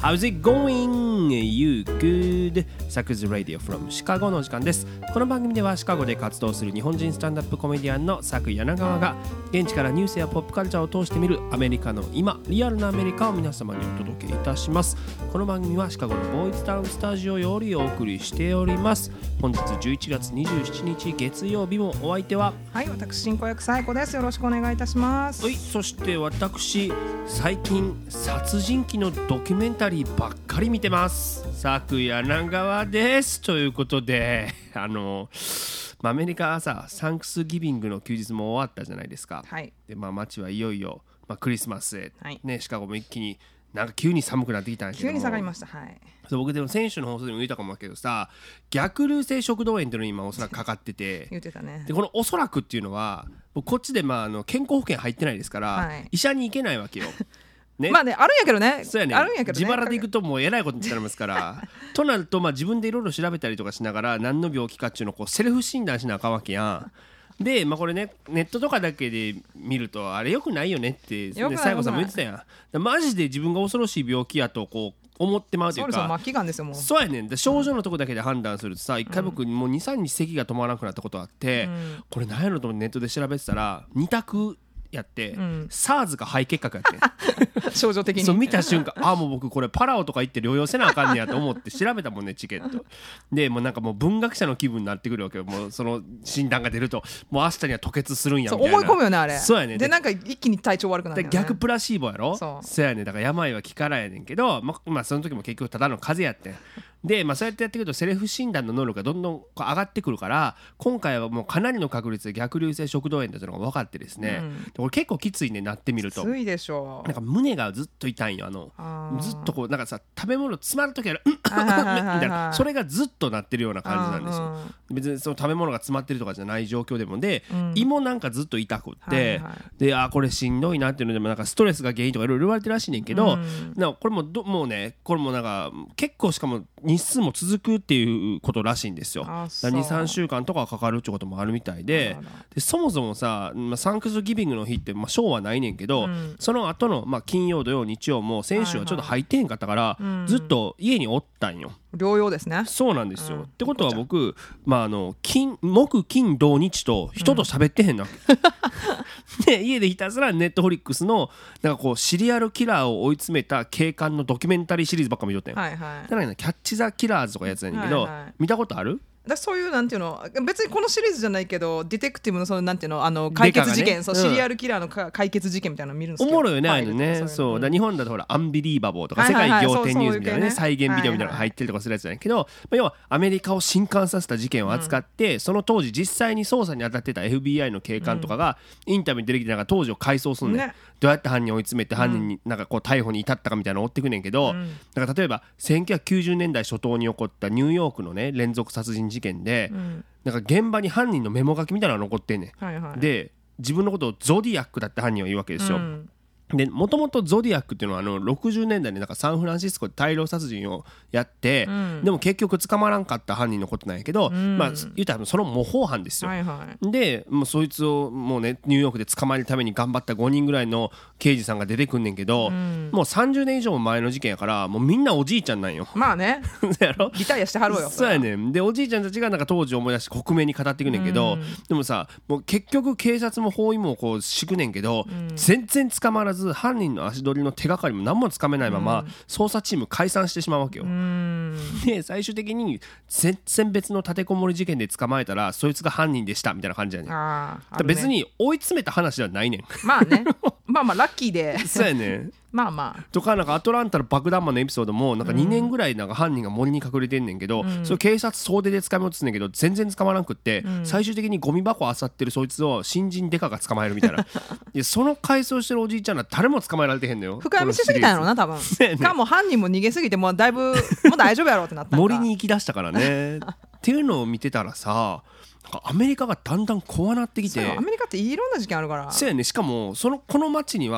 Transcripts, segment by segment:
How's it going? You good? サクズ Radio from シカゴの時間です。この番組ではシカゴで活動する日本人スタンダップコメディアンのサク柳川が現地からニュースやポップカルチャーを通して見るアメリカの今、リアルなアメリカを皆様にお届けいたします。この番組はシカゴのボーイズタウンスタジオよりお送りしております。本日11月27日月曜日もお相手ははい、私進行役サイコです。よろしくお願いいたします。 はい、そして私最近殺人鬼のドキュメンタリーばっかり見てます。サク柳川ですということでアメリカはさサンクスギビングの休日も終わったじゃないですか、 はい、 で街はいよいよ、クリスマスへ、 はいシカゴも一気になんか急に寒くなってきたんやけども、 急に下がりました。はい。 そう僕でも選手の放送でも言ったかもだけどさ、逆流性食道炎っていうのに今おそらくかかってて言ってたね。 でこのおそらくっていうのはこっちで健康保険入ってないですから、 はい、 医者に行けないわけよね、 まあね、あるんやけどね。 そうやね、 あるんやけどね、 自腹で行くともうえらいことになりますからとなると自分でいろいろ調べたりとかしながら何の病気かっていうのをセルフ診断しなあかんわけやん。でこれねネットとかだけで見るとあれよくないよねって最後さんも言ってたやん。マジで自分が恐ろしい病気やと思ってまうというか、 そうですよ、末期がんですよもう。 そうやねん。症状のとこだけで判断するとさ、一回僕もう 2,3 日咳が止まらなくなったことあって、これ何やろと思ってネットで調べてたら2択やって、SARS か肺結核やって症状的にそう見た瞬間もう僕これパラオとか行って療養せなあかんねやと思って調べたもんねチケットでもうなんかもう文学者の気分になってくるわけよ。もうその診断が出るともう明日には吐血するんやみたいな。 そう思い込むよねあれ。 そうやね。 でなんか一気に体調悪くなるんだよね。 逆プラシーボやろ。 そうやね。だから病は気からやねんけど、その時も結局ただの風邪やってんで、そうやってやってくるとセルフ診断の能力がどんどん上がってくるから、今回はもうかなりの確率で逆流性食道炎だというのが分かってですね、これ結構きついねなってみると。 きついでしょ。 なんか胸がずっと痛いんよ。ずっとなんかさ食べ物詰まる時あるみたいな、それがずっとなってるような感じなんですよ。別にその食べ物が詰まってるとかじゃない状況でもで、胃もなんかずっと痛くって、でこれしんどいなっていうのでもなんかストレスが原因とかいろいろ言われてるらしいねんけど、これももうねこれもなんか結構しかも日数も続くっていうことらしいんですよ。2,3 週間とかかかるってこともあるみたいで、そもそもさ、サンクスギビングの日ってショーはないねんけど、その後の金曜土曜日曜も選手はちょっと入ってへんかったから、ずっと家におったんよ。 療養ですね。 そうなんですよ、ってことは僕、木金土日と人と喋ってへんな、で家でひたすらネットフリックスのなんかシリアルキラーを追い詰めた警官のドキュメンタリーシリーズばっか見とったんよ。だからねキャッチ・ザ・キラーズとかやつやねんけど、見たことある？ そういうなんていうの、別にこのシリーズじゃないけどディテクティブのそのなんていうの解決事件、そうシリアルキラーの解決事件みたいなの見るんですけど、 おもろいよねああいうのね。そうだ日本だとほらアンビリーバボーとか世界仰天ニュースみたいなね再現ビデオみたいなのが入ってるとかするやつじゃないけど、要はアメリカを震撼させた事件を扱って、その当時実際に捜査に当たってた FBI の警官とかがインタビューに出てきてなんか当時を回想するね。どうやって犯人を追い詰めて犯人になんか逮捕に至ったかみたいなのを追ってくねんけど、だから例えば1990年代初頭に起こったニューヨークのね連続殺人事件で、なんか現場に犯人のメモ書きみたいなのが残ってんねん、で自分のことをゾディアックだって犯人は言うわけですよ、でもともとゾディアックっていうのは60年代になんかサンフランシスコで大量殺人をやって、でも結局捕まらんかった犯人のことなんやけど、言ったらその模倣犯ですよ、でもうそいつをもうねニューヨークで捕まえるために頑張った5人ぐらいの刑事さんが出てくんねんけど、もう30年以上も前の事件やからもうみんなおじいちゃんなんよ。 まあねやろリタイアしてはるよ。 そうやねん。でおじいちゃんたちがなんか当時思い出して克明に語っていくねんけど、でもさもう結局警察も法医も敷くねんけど、全然捕まらず犯人の足取りの手がかりも何もつかめないまま、捜査チーム解散してしまうわけよ。で最終的に全然別の立てこもり事件で捕まえたらそいつが犯人でしたみたいな感じやねん。別に追い詰めた話ではないねん。 まあねまあラッキーでそうやねんとかなんかアトランタの爆弾魔のエピソードもなんか2年ぐらいなんか犯人が森に隠れてんねんけど、それ警察総出で捕まえようとすんねんけど全然捕まらなくって、最終的にゴミ箱漁ってるそいつを新人デカが捕まえるみたいなでその回想してるおじいちゃんは誰も捕まえられてへんのよ。 深読みしすぎたんやろな多分かも犯人も逃げすぎてもうだいぶもう大丈夫やろってなったんか森に行き出したからねっていうのを見てたらさアメリカがだんだん怖なってきて。 アメリカっていろんな事件あるから。 そうやね。しかもこの町にはそういう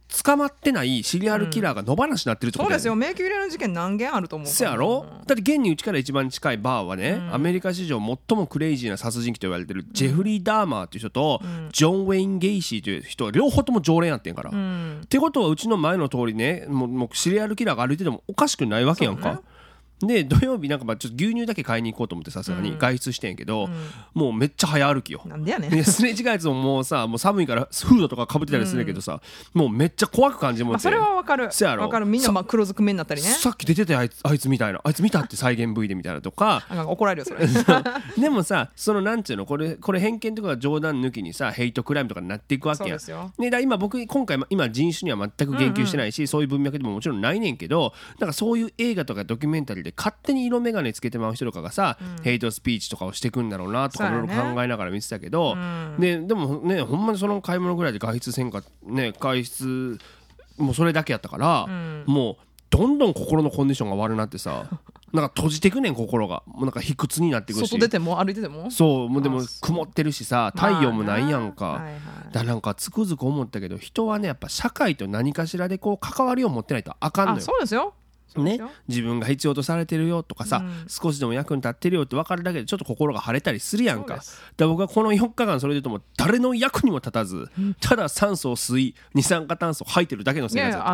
捕まってないシリアルキラーが野放しになってるってことそうやね、 ですよ迷宮入れの事件何件あると思うから。 そやろ。だって現にうちから一番近いバーはね、アメリカ史上最もクレイジーな殺人鬼と言われてるジェフリー・ダーマーっていう人と、ジョン・ウェイン・ゲイシーという人は両方とも常連やってんから、ってことはうちの前の通りね、もうシリアルキラーが歩いててもおかしくないわけやんか。で土曜日なんかちょっと牛乳だけ買いに行こうと思ってさすがに外出してんやけど、もうめっちゃ早歩きよ。 なんでやねん。 すれ違うやつももうさ、もう寒いからフードとかかぶってたりするけどさ、もうめっちゃ怖く感じもって、 それはわかる。 そやろ。 わかる。みんな黒ずくめになったりね。 さっき出てたよあいつみたいな、あいつ見たって再現 V でみたいなとか怒られるよそれでもさ、そのなんていうの、これ偏見とか冗談抜きにさヘイトクライムとかになっていくわけやん。 そうですよ。 ね、だ今今人種には全く言及してないし、そういう文脈でももちろんないねんけど、なんかそういう映画とかドキュメンタリーで勝手に色眼鏡つけてまう人とかがさ、ヘイトスピーチとかをしてくんだろうなとかいろいろ考えながら見てたけど、でもね、ほんまにその買い物ぐらいで外出せんかね、外出もうそれだけやったから、もうどんどん心のコンディションが悪くなってさなんか閉じてくねん心が。もうなんか卑屈になっていくし、 外出ても歩いててもそう、もうでも曇ってるしさ、太陽もないやんか、 はいはい、 だからなんかつくづく思ったけど、人はねやっぱ社会と何かしらでこう関わりを持ってないとあかんのよ。 そうですよね、自分が必要とされてるよとかさ、少しでも役に立ってるよって分かるだけでちょっと心が晴れたりするやんか。だから僕はこの4日間それで言うともう誰の役にも立たず、ただ酸素を吸い二酸化炭素を吐いてるだけの生活だった。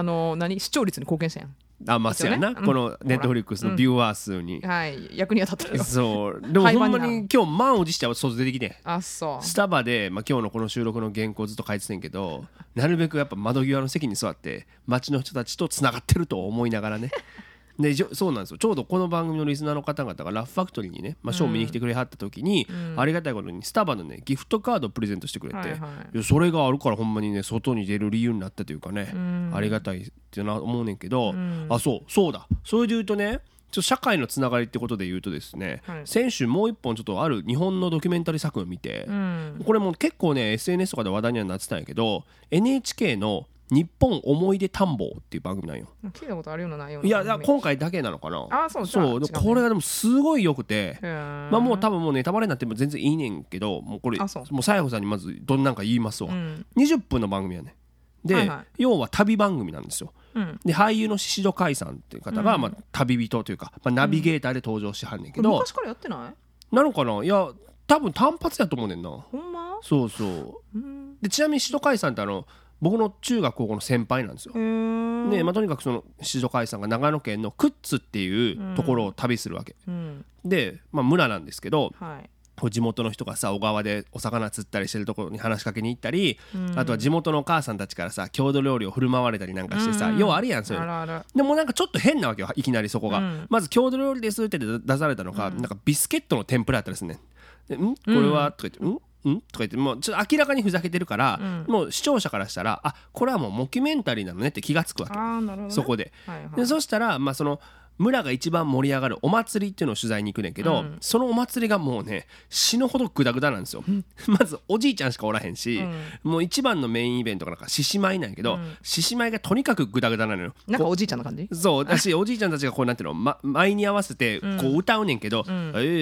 視聴率に貢献したやん。 そうやな、このネットフリックスのビューアー数に、 はい、役には立ってるよ。 そうでもほんまに今日満を持しては外出てきて、 そうスタバで、今日のこの収録の原稿ずっと書いてたんやけど、なるべくやっぱ窓際の席に座って街の人たちとつながってると思いながらねでそうなんですよ。ちょうどこの番組のリスナーの方々がラフファクトリーにね、ショー見に来てくれはった時に、ありがたいことにスタバのねギフトカードをプレゼントしてくれて、いやそれがあるからほんまにね外に出る理由になったというかね、ありがたいってな思うねんけど、そうだ、それで言うとね、社会のつながりってことで言うとですね、先週もう一本ちょっとある日本のドキュメンタリー作品を見て、これも結構ね SNS とかで話題にはなってたんやけど、 NHK の日本思い出探訪っていう番組なんよ。 聞いたことあるような内容。いや今回だけなのかな。そうこれがでもすごい良くて、もう多分もうネタバレになっても全然いいねんけど、もうこれもう西郷さんにまずどんなんか言いますわ、20分の番組やね。で、要は旅番組なんですよ。で俳優の宍戸海さんっていう方が、旅人というか、ナビゲーターで登場してはんねんけど、 昔からやってないなのかな。いや多分単発やと思うねんな。 ほんま。 そうでちなみに宍戸海さんって僕の中学高校の先輩なんですよ。で、とにかくその宍戸海さんが長野県のクッツっていうところを旅するわけ、で、村なんですけど、地元の人がさ小川でお魚釣ったりしてるところに話しかけに行ったり、あとは地元のお母さんたちからさ郷土料理を振る舞われたりなんかしてさ、要はあるやんそういうの。でもなんかちょっと変なわけよ、いきなりそこが、まず郷土料理ですって出されたのが、なんかビスケットの天ぷらやったりするねん。これはとか言ってとか言って、もうちょっと明らかにふざけてるから、もう視聴者からしたらこれはもうモキュメンタリーなのねって気がつくわけ。 なるほどね、 そこで、でそしたらその村が一番盛り上がるお祭りっていうのを取材に行くねんけど、そのお祭りがもうね死ぬほどグダグダなんですよ。まずおじいちゃんしかおらへんし、もう一番のメインイベントがなんか獅子舞なんやけど、獅子舞がとにかくグダグダなのよ。 なんかおじいちゃんの感じ。 そうだしおじいちゃんたちがこうなんていうの、舞に合わせてこう歌うねんけど、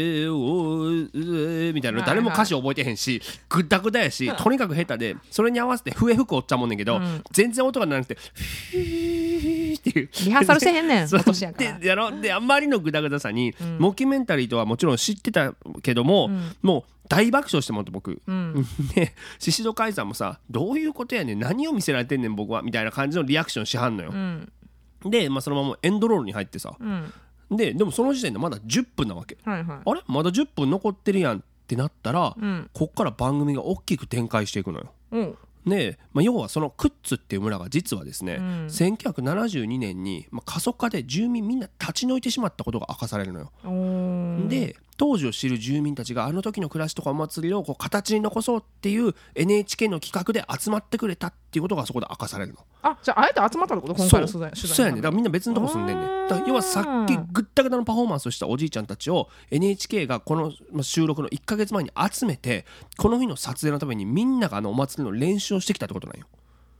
みたいな、誰も歌詞覚えてへんし、グダグダやし、とにかく下手で、それに合わせて笛吹くおっちゃんもんねんけど、全然音がなくてっていうリハーサルしてへんねん落としやからであんまりのグダグダさに、モキュメンタリーとはもちろん知ってたけども、もう大爆笑してもらって僕、で宍戸海さんもさどういうことやねん、何を見せられてんねん僕はみたいな感じのリアクションしはんのよ、で、そのままエンドロールに入ってさ、でもその時点でまだ10分なわけ、あれまだ10分残ってるやんってなったら、こっから番組が大きく展開していくのよ。で要はそのクッツっていう村が実はですね、1972年に、過疎化で住民みんな立ち退いてしまったことが明かされるのよ。で当時を知る住民たちがあの時の暮らしとかお祭りをこう形に残そうっていう NHK の企画で集まってくれたっていうことがそこで明かされるの。 じゃああえて集まったってこと今回の取材。 そうやね。だからみんな別のとこ住んでんねん。だから要はさっきぐったぐたのパフォーマンスをしたおじいちゃんたちを NHK がこの収録の1ヶ月前に集めて、この日の撮影のためにみんながお祭りの練習をしてきたってことなんよ。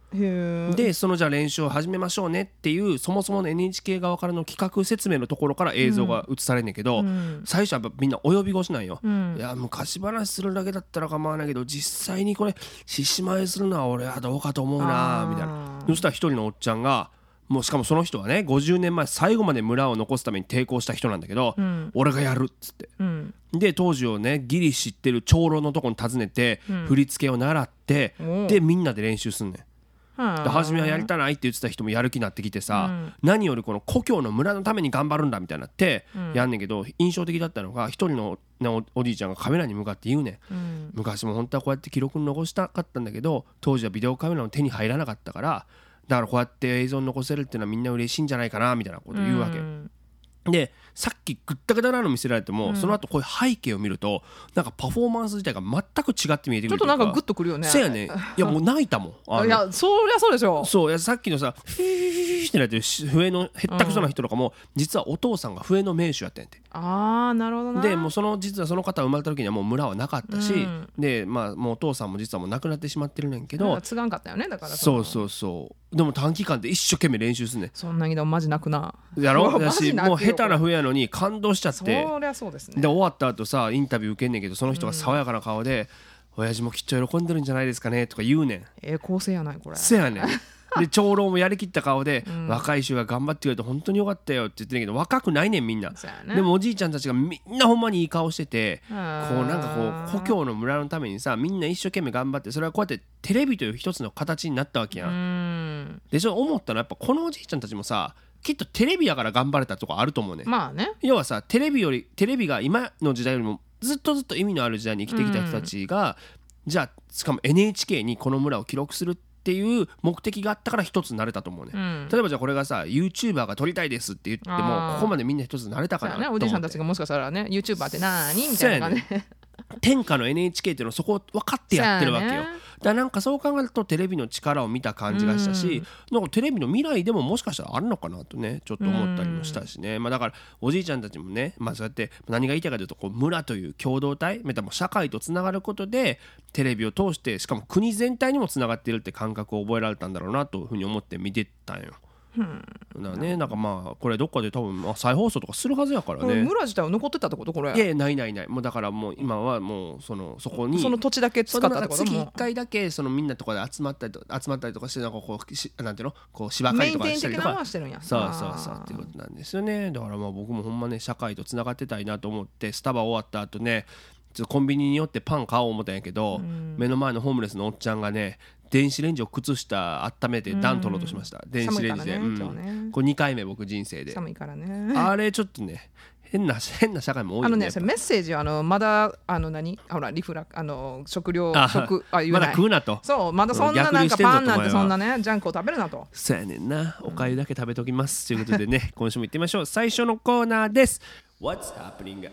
でそのじゃあ練習を始めましょうねっていうそもそもの NHK 側からの企画説明のところから映像が映されんねんけど、最初はやっぱみんな及び腰なんよ、いや昔話するだけだったら構わないけど実際にこれ獅子舞するのは俺はどうかと思うなみたいな。そしたら一人のおっちゃんがもうしかもその人はね50年前最後まで村を残すために抵抗した人なんだけど、俺がやるっつって、で当時をねギリ知ってる長老のとこに訪ねて、振り付けを習って、でみんなで練習すんねん。で初めはやりたないって言ってた人もやる気になってきてさ、何よりこの故郷の村のために頑張るんだみたいになってやんねんけど、印象的だったのが一人のおじいちゃんがカメラに向かって言うねん、昔も本当はこうやって記録に残したかったんだけど当時はビデオカメラの手に入らなかったからだからこうやって映像に残せるっていうのはみんな嬉しいんじゃないかなみたいなことを言うわけ、でさっきぐったぐたなの見せられても、その後こういう背景を見るとなんかパフォーマンス自体が全く違って見えてくる。 ちょっとなんかグッとくるよね。 そうやね。いやもう泣いたもん。 いやそりゃそうでしょ。 そういやさっきのさフィーってなってる笛のへったくそな人とかも、実はお父さんが笛の名手やったんやって。 ああなるほどな。 でもう実はその方が生まれた時にはもう村はなかったし、でまあもうお父さんも実はもう亡くなってしまってるねんけど、 継がんかったよねだから。 そうでも短期間で一生懸命練習すんねん。 そんなにでもマジ泣くな。 やろだしもう下手な笛やのに感動しちゃって。 そりゃそうですね。 で終わった後さインタビュー受けんねんけど、その人が爽やかな顔で、親父もきっと喜んでるんじゃないですかねとか言うねん。 構成やないこれ。 せやねん。で長老もやりきった顔で、若い衆が頑張ってくれて本当によかったよって言ってんねんけど、若くないねんみんな、ね、でもおじいちゃんたちがみんなほんまにいい顔してて、こうなんかこう故郷の村のためにさみんな一生懸命頑張って、それはこうやってテレビという一つの形になったわけやん。で思ったのはやっぱこのおじいちゃんたちもさきっとテレビやから頑張れたとこあると思うね。 まあね。 要はさテレビが今の時代よりもずっと意味のある時代に生きてきた人たちが、じゃあしかも NHK にこの村を記録するっていう目的があったから一つになれたと思うね、例えばじゃあこれがさ YouTuber が撮りたいですって言ってもここまでみんな一つになれたからね、おじいさんたちがもしかしたらね YouTuber ってなーにみたいなね天下の NHK っていうのはそこを分かってやってるわけよ。だからなんかそう考えるとテレビの力を見た感じがしたし、なんかテレビの未来でももしかしたらあるのかなとねちょっと思ったりもしたしね、だからおじいちゃんたちもね、そうやって何が言いたいかというとこう村という共同体またも社会とつながることでテレビを通してしかも国全体にもつながっているって感覚を覚えられたんだろうなというふうに思って見てたんよ。なんかこれどっかで多分再放送とかするはずやからね。 村自体は残ってたってことこれ。 いやないもうだからもう今はもうそこにその土地だけ使ったってこと。 月1回だけみんなとかで集まったりとかしてなんかこうなんていうのこう芝刈りとかしたりとかそうっていうことなんですよね。だから僕もほんまね社会とつながってたいなと思ってスタバ終わった後ねちょっとコンビニに寄ってパン買おう思ったんやけど、目の前のホームレスのおっちゃんがね電子レンジを靴下温めて暖取ろうとしました、電子レンジで、これ2回目僕人生で寒いからね。 あれちょっとね変な社会も多いよね。 それメッセージはまだほらリフラ食料まだ食うなと。 そうまだそんななんかパンなんてそんなねジャンクを食べるなと。 そうやねんな、おかゆだけ食べときますということでね今週も行ってみましょう。最初のコーナーです。 What's happening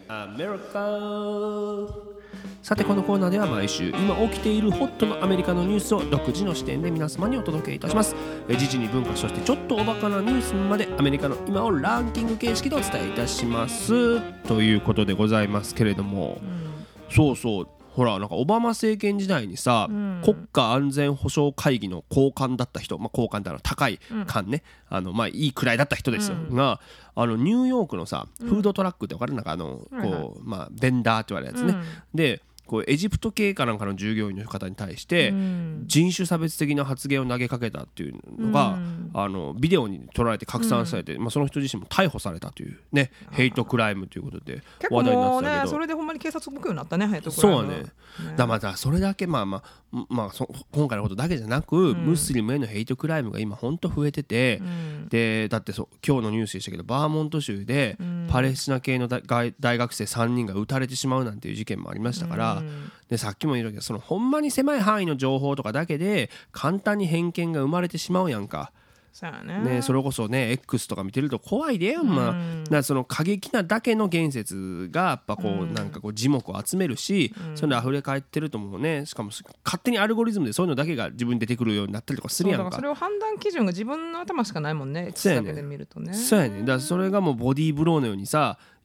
America。 さてこのコーナーでは毎週今起きているホットのアメリカのニュースを独自の視点で皆様にお届けいたします。時事に文化そしてちょっとおバカなニュースまでアメリカの今をランキング形式でお伝えいたしますということでございますけれども、そうほらなんかオバマ政権時代にさ、国家安全保障会議の高官だった人、高官って高い官ね、いいくらいだった人ですよ、がニューヨークのさ、フードトラックって分かるなんかこうベンダーって言われるやつね、でこうエジプト系かなんかの従業員の方に対して人種差別的な発言を投げかけたっていうのがビデオに撮られて拡散されて、その人自身も逮捕されたというね、ヘイトクライムということで話題になってたけど、 それでほんまに警察向くようになったね、ヘイトクライム。 そうね。だまたそれだけ今回のことだけじゃなく、ムスリムへのヘイトクライムが今ほんと増えてて、でだって今日のニュースでしたけどバーモント州でパレスチナ系の大学生3人が撃たれてしまうなんていう事件もありましたから、でさっきも言ったけどほんまに狭い範囲の情報とかだけで簡単に偏見が生まれてしまうやんか。それこそね X とか見てると怖いでよ、だからその過激なだけの言説がやっぱこうなんかこう耳目を集めるし、それで溢れ返ってると思うね。しかも勝手にアルゴリズムでそういうのだけが自分に出てくるようになったりとかするやんか。 そうだからそれを判断基準が自分の頭しかないもんね、X だけで見るとね。 そうやね。だからそれがもうボディーブローのようにさ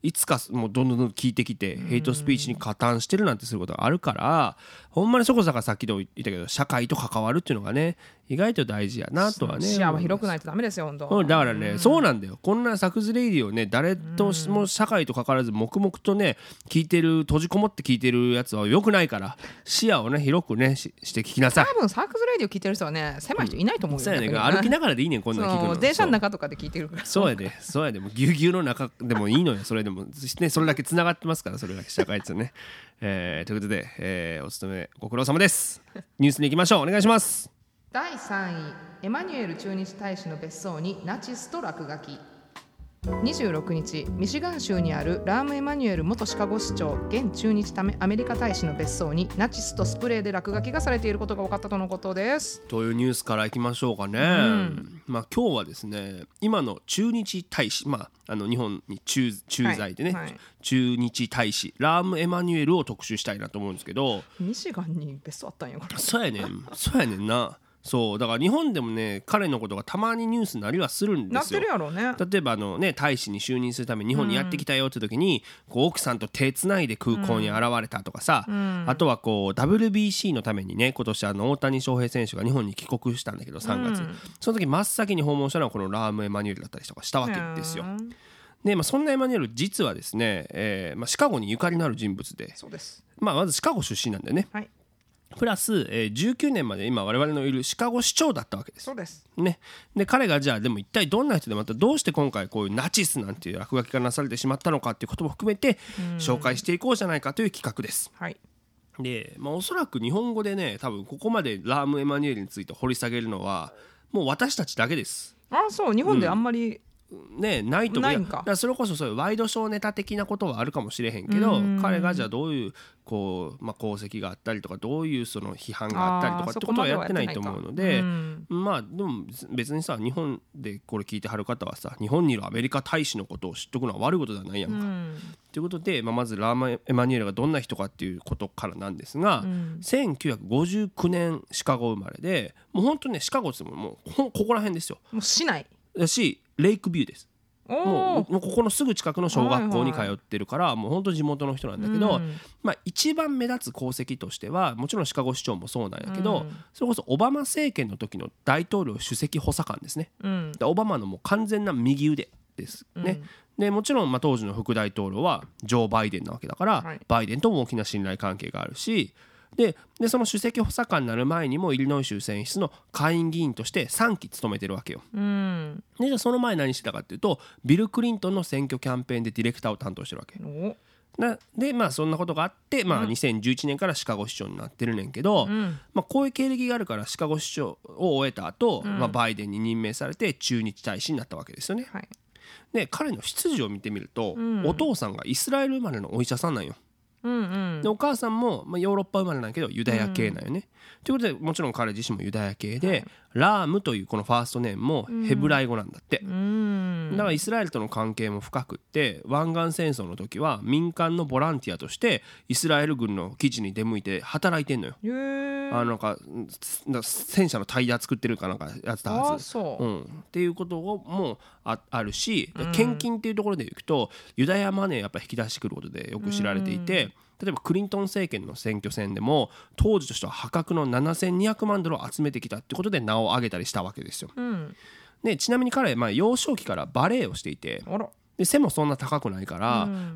いつかもうどんどん聞いてきてヘイトスピーチに加担してるなんてすることがあるから、ほんまにそこそこさっきと言ったけど社会と関わるっていうのがね意外と大事やなとはね。 視野は広くないとダメですよ本当。 だからね、そうなんだよ。こんなサクズレイディをね誰とも社会と関わらず黙々とね聞いてる、閉じこもって聞いてるやつは良くないから、視野をね広くねして聞きなさい。 多分サクズレイディを聞いてる人はね狭い人いないと思うよ、 そうやね、歩きながらでいいねんこんなの聞くの。 電車の中とかで聞いてるから。 そうやで、そうやで、もうぎゅうぎゅうの中でもいいのよ。それでもね、それだけつながってますから、それだけ社会ですよね。ということで、お勤めご苦労様です。ニュースに行きましょう。お願いします。 第3位、エマニュエル駐日大使の別荘にナチスと落書き。26日、ミシガン州にあるラーム・エマニュエル元シカゴ市長現駐日アメリカ大使の別荘にナチスとスプレーで落書きがされていることが分かったとのことです。 というニュースからいきましょうかね。今日はですね、今の駐日大使、日本に駐在でね、駐日大使ラーム・エマニュエルを特集したいなと思うんですけど。 ミシガンに別荘あったんやこれ。 そうやねんな。そうだから日本でもね彼のことがたまにニュースになりはするんですよ。 なってるやろうね。 例えば大使に就任するために日本にやってきたよって時に、こう奥さんと手つないで空港に現れたとかさ、あとはこう WBC のためにね今年大谷翔平選手が日本に帰国したんだけど3月、その時真っ先に訪問したのはこのラーム・エマニュエルだったりとかしたわけですよ。でそんなエマニュエル実はですね、シカゴにゆかりのある人物で、 そうです。 まずシカゴ出身なんだよね。はい。プラス、19年まで今我々のいるシカゴ市長だったわけです。 そうです、 ね、で彼がじゃあでも一体どんな人でまたどうして今回こういうナチスなんていう落書きがなされてしまったのかっていうことも含めて紹介していこうじゃないかという企画です。 はい。で、 おそらく日本語でね多分ここまでラーム・エマニュエルについて掘り下げるのはもう私たちだけです。 そう日本であんまり、 ないと思う。 ないんか。 だからそれこそそういうワイドショーネタ的なことはあるかもしれへんけど、彼がじゃあどういう功績があったりとかどういうその批判があったりとかってことはやってないと思うので、でも別にさ日本でこれ聞いてはる方はさ日本にいるアメリカ大使のことを知っとくのは悪いことではないやんか。ということで、まずラーム・エマニュエルがどんな人かっていうことからなんですが、1959年シカゴ生まれで、もう本当にねシカゴってもうここら辺ですよ。 もう市内だしレイクビューです。もうここのすぐ近くの小学校に通ってるから、もう本当地元の人なんだけど、一番目立つ功績としてはもちろんシカゴ市長もそうなんやけど、それこそオバマ政権の時の大統領首席補佐官ですね。オバマのもう完全な右腕ですね。でもちろん当時の副大統領はジョー・バイデンなわけだから、バイデンとも大きな信頼関係があるし、でその首席補佐官になる前にもイリノイ州選出の下院議員として3期務めてるわけよ。でじゃあその前何してたかっていうとビル・クリントンの選挙キャンペーンでディレクターを担当してるわけで、そんなことがあって、2011年からシカゴ市長になってるねんけど、こういう経歴があるからシカゴ市長を終えた後、バイデンに任命されて駐日大使になったわけですよね。で彼の出自を見てみると、お父さんがイスラエル生まれのお医者さんなんよ。でお母さんも、ヨーロッパ生まれなんやけどユダヤ系なんよね。ということでもちろん彼自身もユダヤ系で、ラームというこのファーストネームもヘブライ語なんだって。だからイスラエルとの関係も深くって、湾岸戦争の時は民間のボランティアとしてイスラエル軍の基地に出向いて働いてんのよ。なんか戦車のタイヤ作ってるかなんかやってたはず。っていうこともあるし、献金っていうところでいくとユダヤマネーやっぱ引き出してくることでよく知られていて、例えばクリントン政権の選挙戦でも当時としては破格の7200万ドルを集めてきたってことで名を挙げたりしたわけですよ。でちなみに彼、幼少期からバレエをしていて、で背もそんな高くないから、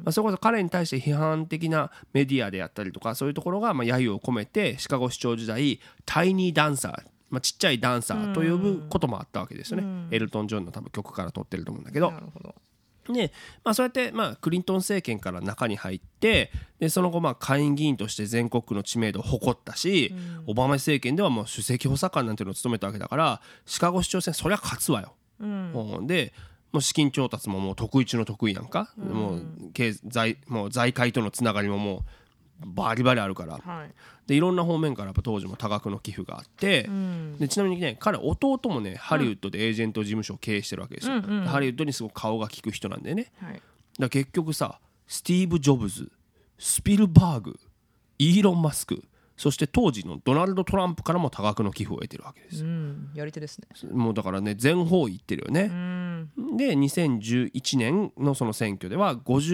それこそ彼に対して批判的なメディアであったりとかそういうところが揶揄を込めてシカゴ市長時代タイニーダンサー、ちっちゃいダンサーと呼ぶこともあったわけですよね。エルトン・ジョンの多分曲から取ってると思うんだけど。なるほど。でそうやって、クリントン政権から中に入って、でその後下院議員として全国区の知名度を誇ったし、オバマ政権ではもう首席補佐官なんていうのを務めたわけだからシカゴ市長選そりゃ勝つわよ。でもう資金調達ももう得意中の得意やんか。もう財界とのつながりももうバリバリあるから、でいろんな方面からやっぱ当時も多額の寄付があって、でちなみにね彼弟もねハリウッドでエージェント事務所を経営してるわけですよ。ハリウッドにすごく顔が利く人なんでね。だ結局さスティーブ・ジョブズ、スピルバーグ、イーロン・マスク、そして当時のドナルド・トランプからも多額の寄付を得てるわけです。 やり手ですね。 もうだからね全方位いってるよね。 で2011年のその選挙では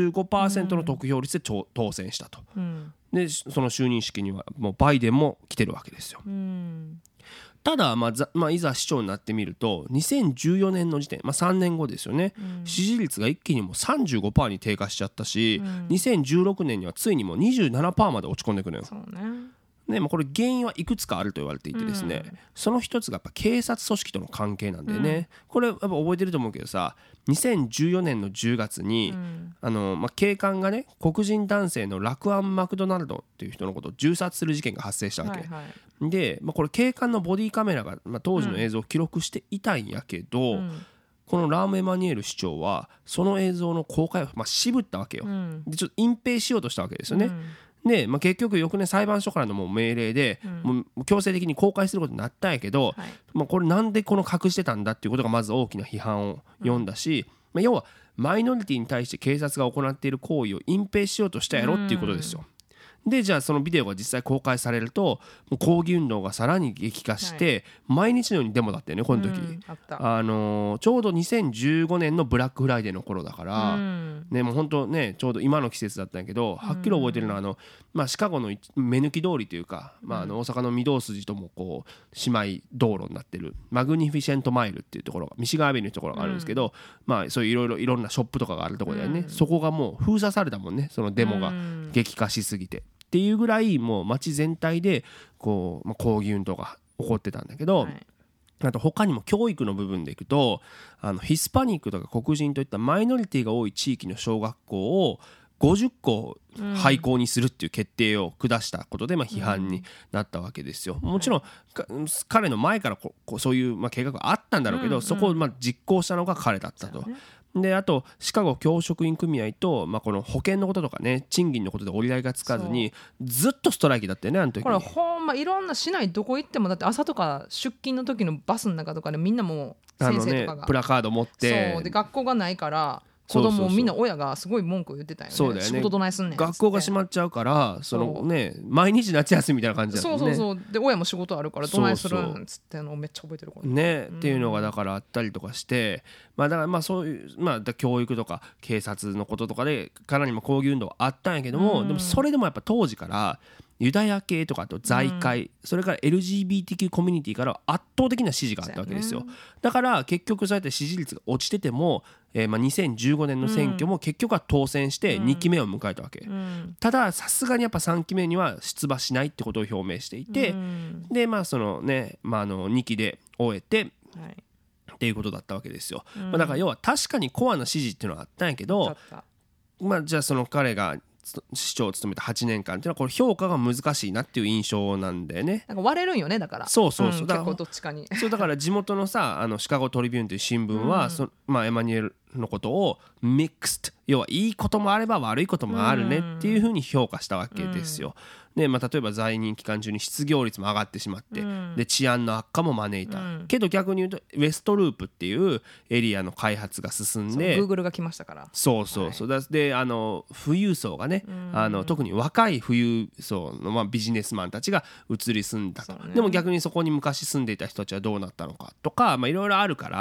55% の得票率で当選したと、でその就任式にはもうバイデンも来てるわけですよ。ただ、いざ市長になってみると2014年の時点、3年後ですよね、支持率が一気にもう 35% に低下しちゃったし、2016年にはついにもう 27% まで落ち込んでくるのよ。 そうね。 でこれ原因はいくつかあると言われていてですね、その一つがやっぱ警察組織との関係なんでね、これやっぱ覚えてると思うけどさ、2014年の10月に、警官がね黒人男性のラクアン・マクドナルドっていう人のことを銃殺する事件が発生したわけ、で、これ警官のボディカメラが、当時の映像を記録していたんやけど、このラーム・エマニュエル市長はその映像の公開を、渋ったわけよ、でちょっと隠蔽しようとしたわけですよね、で結局翌年裁判所からのもう命令で、もう強制的に公開することになったんやけど、これなんでこの隠してたんだっていうことがまず大きな批判を呼んだし、要はマイノリティに対して警察が行っている行為を隠蔽しようとしたやろっていうことですよ。でじゃあそのビデオが実際公開されるともう抗議運動がさらに激化して、毎日のようにデモだったよねこの時、ちょうど2015年のブラックフライデーの頃だから、ね、もう本当ねちょうど今の季節だったんやけど、はっきり覚えてるのはシカゴの目抜き通りというか、大阪の御堂筋ともこう姉妹道路になってるマグニフィシェントマイルっていうところがミシガンアベニューのところがあるんですけど、そういういろんなショップとかがあるところだよね、そこがもう封鎖されたもんね、そのデモが激化しすぎてっていうぐらいもう街全体でこう、抗議運動が起こってたんだけど、あと他にも教育の部分でいくとヒスパニックとか黒人といったマイノリティが多い地域の小学校を50校廃校にするっていう決定を下したことで批判になったわけですよ。もちろん彼の前からそういう計画があったんだろうけど、そこを実行したのが彼だったと。であとシカゴ教職員組合と、この保険のこととかね賃金のことで折り合いがつかずにずっとストライキだったよねあの時に。 これほんまいろんな市内どこ行ってもだって朝とか出勤の時のバスの中とかでみんなもう先生とかが、 プラカード持ってそうで学校がないから子供みんな親がすごい文句を言ってたよね。 そうだよね、 仕事どないすんねん学校が閉まっちゃうからそのね毎日夏休みみたいな感じだもんね。 そうで親も仕事あるからどないするんつってのをめっちゃ覚えてるね、っていうのがだからあったりとかして、だからそういう教育とか警察のこととかでかなり抗議運動はあったんやけども、でもそれでもやっぱ当時からユダヤ系とかあと財界、それから LGBTQ コミュニティからは圧倒的な支持があったわけですよ。だから結局そうやって支持率が落ちてても、2015年の選挙も結局は当選して2期目を迎えたわけ、たださすがにやっぱ3期目には出馬しないってことを表明していて、でそのね、2期で終えて、っていうことだったわけですよ。だから要は確かにコアな支持っていうのはあったんやけど、じゃあその彼が市長を務めた8年間っていうのはこれ評価が難しいなっていう印象なんだよね。 なんか割れるんよねだから。 そう、 結構どっちかにだから地元のさシカゴトリビューンという新聞は、エマニュエルのことをミックスト、要はいいこともあれば悪いこともあるねっていうふうに評価したわけですよ。で例えば在任期間中に失業率も上がってしまって、で治安の悪化も招いた、けど逆に言うとウェストループっていうエリアの開発が進んで Google が来ましたから。 そう、で富裕層がね、特に若い富裕層のビジネスマンたちが移り住んだと、でも逆にそこに昔住んでいた人たちはどうなったのかとかいろいろあるから、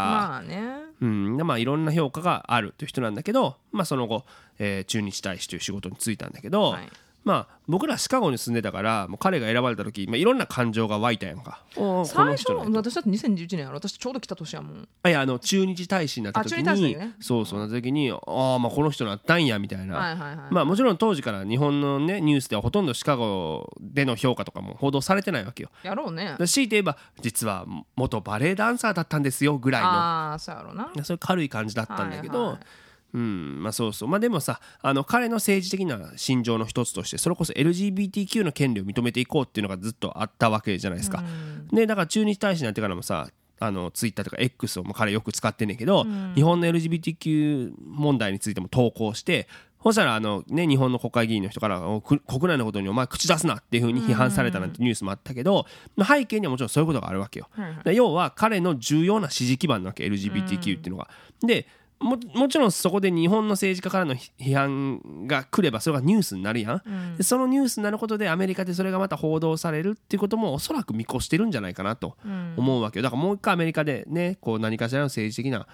いろんな評価があるという人なんだけど、その後、駐日大使という仕事に就いたんだけど、僕らシカゴに住んでたからもう彼が選ばれた時、いろんな感情が湧いたやんか。 最初私だって2011年やろ、私ちょうど来た年やもん。 駐日大使になった時に、なった時にこの人なったんやみたいな、もちろん当時から日本のねニュースではほとんどシカゴでの評価とかも報道されてないわけよ。 やろうね。 強いて言えば実は元バレエダンサーだったんですよぐらいの、 そうやろうな、 そういう軽い感じだったんだけど、でもさ彼の政治的な信条の一つとしてそれこそ LGBTQ の権利を認めていこうっていうのがずっとあったわけじゃないですか。でだから駐日大使になってからもさツイッターとか X を彼よく使ってんねんけど、日本の LGBTQ 問題についても投稿して、そしたら日本の国会議員の人から国内のことにお前口出すなっていう風に批判されたなんてニュースもあったけど、背景にはもちろんそういうことがあるわけよ。要は彼の重要な支持基盤なわけ LGBTQ っていうのが。でもちろんそこで日本の政治家からの批判が来ればそれがニュースになるやん、でそのニュースになることでアメリカでそれがまた報道されるっていうこともおそらく見越してるんじゃないかなと思うわけよ。だからもう一回アメリカでね何かしらの政治的な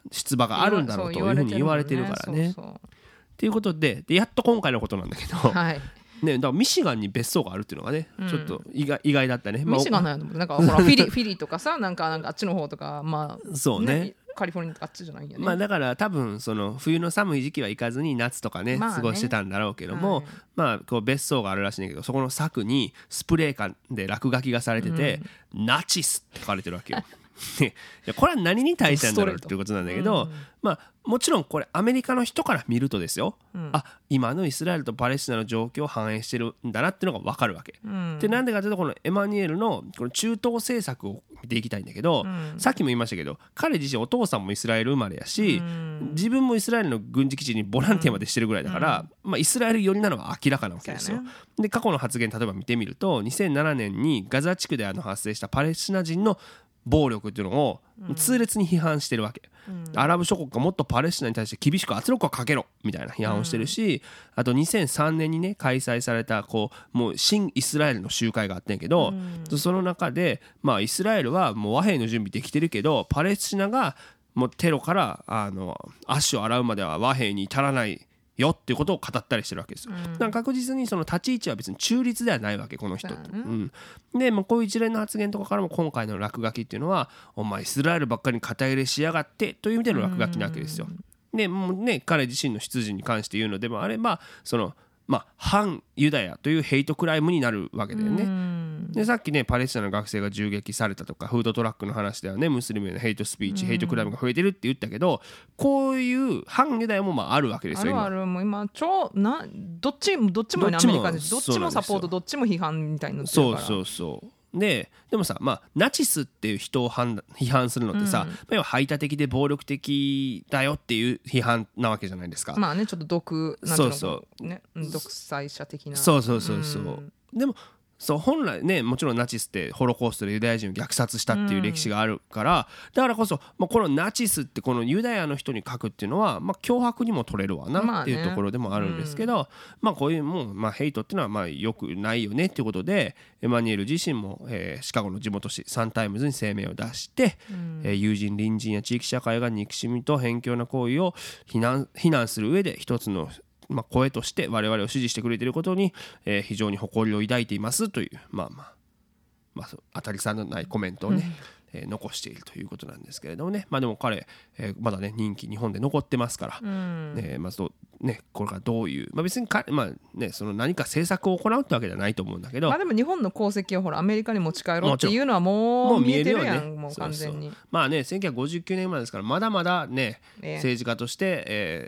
出馬があるんだろうというふうに言われてるからね。っていうことでやっと今回のことなんだけど、はいね、だからミシガンに別荘があるっていうのがね、ちょっと意外だったね。 ミシガンなんやと思って、なんかほらフィリとかさ、なんかあっちの方とか、まあそうね、 カリフォルニアとかあっちじゃないよね。 まあだから多分その冬の寒い時期は行かずに夏とかね、過ごしてたんだろうけども、まあこう別荘があるらしいんだけど、そこの柵にスプレー缶で落書きがされてて、ナチスって書かれてるわけよ。いやこれは何に対してなんだろうっていうことなんだけど、まあもちろんこれアメリカの人から見るとですよ、今のイスラエルとパレスチナの状況を反映してるんだなっていうのが分かるわけ、でなんでかというと、このエマニュエルのこの中東政策を見ていきたいんだけど、さっきも言いましたけど、彼自身お父さんもイスラエル生まれやし、自分もイスラエルの軍事基地にボランティアまでしてるぐらいだから、まあ、イスラエル寄りなのは明らかなわけですよ。で過去の発言例えば見てみると、2007年にガザ地区で発生したパレスチナ人の暴力っていうのを痛烈に批判してるわけ、アラブ諸国がもっとパレスチナに対して厳しく圧力をかけろみたいな批判をしてるし、あと2003年にね開催されたもう新イスラエルの集会があったんやけど、その中でまあイスラエルはもう和平の準備できてるけど、パレスチナがもうテロから足を洗うまでは和平に至らないよっていうことを語ったりしてるわけですよ。だから確実にその立ち位置は別に中立ではないわけ、この人って。で、まあ、こういう一連の発言とかからも今回の落書きっていうのは、お前イスラエルばっかりに肩入れしやがってという意味での落書きなわけですよ。でもうね、彼自身の出自に関して言うのでもあれば、そのまあ、反ユダヤというヘイトクライムになるわけだよね。でさっきねパレスチナの学生が銃撃されたとか、フードトラックの話ではねムスリムへのヘイトスピーチ、ヘイトクライムが増えてるって言ったけど、こういう反ユダヤもまああるわけですよ。 あるもう今どっちもね、アメリカでどっちもサポート、どっちも批判みたいになってるから。 そうでもさ、まあ、ナチスっていう人を批判するのってさ、要は排他的で暴力的だよっていう批判なわけじゃないですか。 まあね、ちょっと独裁者的な。 そうでもそう本来ね、もちろんナチスってホロコーストでユダヤ人を虐殺したっていう歴史があるから、だからこそ、まあ、このナチスってこのユダヤの人に書くっていうのは、まあ、脅迫にも取れるわなっていうところでもあるんですけど、まあこういうもう、まあ、ヘイトっていうのはまあよくないよねっていうことで、エマニュエル自身も、シカゴの地元紙サンタイムズに声明を出して、友人隣人や地域社会が憎しみと偏境な行為を非難する上で一つのまあ、声として我々を支持してくれていることに、非常に誇りを抱いていますという、まあ、当たり障りのないコメントをね、残しているということなんですけれどもね。まあでも彼、まだね人気日本で残ってますから、まずねこれからどういう、まあ、別にまあねその何か政策を行うってわけじゃないと思うんだけど、 まあでも日本の功績をほらアメリカに持ち帰ろうっていうのはもう見えてるやん、もう完全に。 まあね1959年生まれですから、まだまだね、政治家として、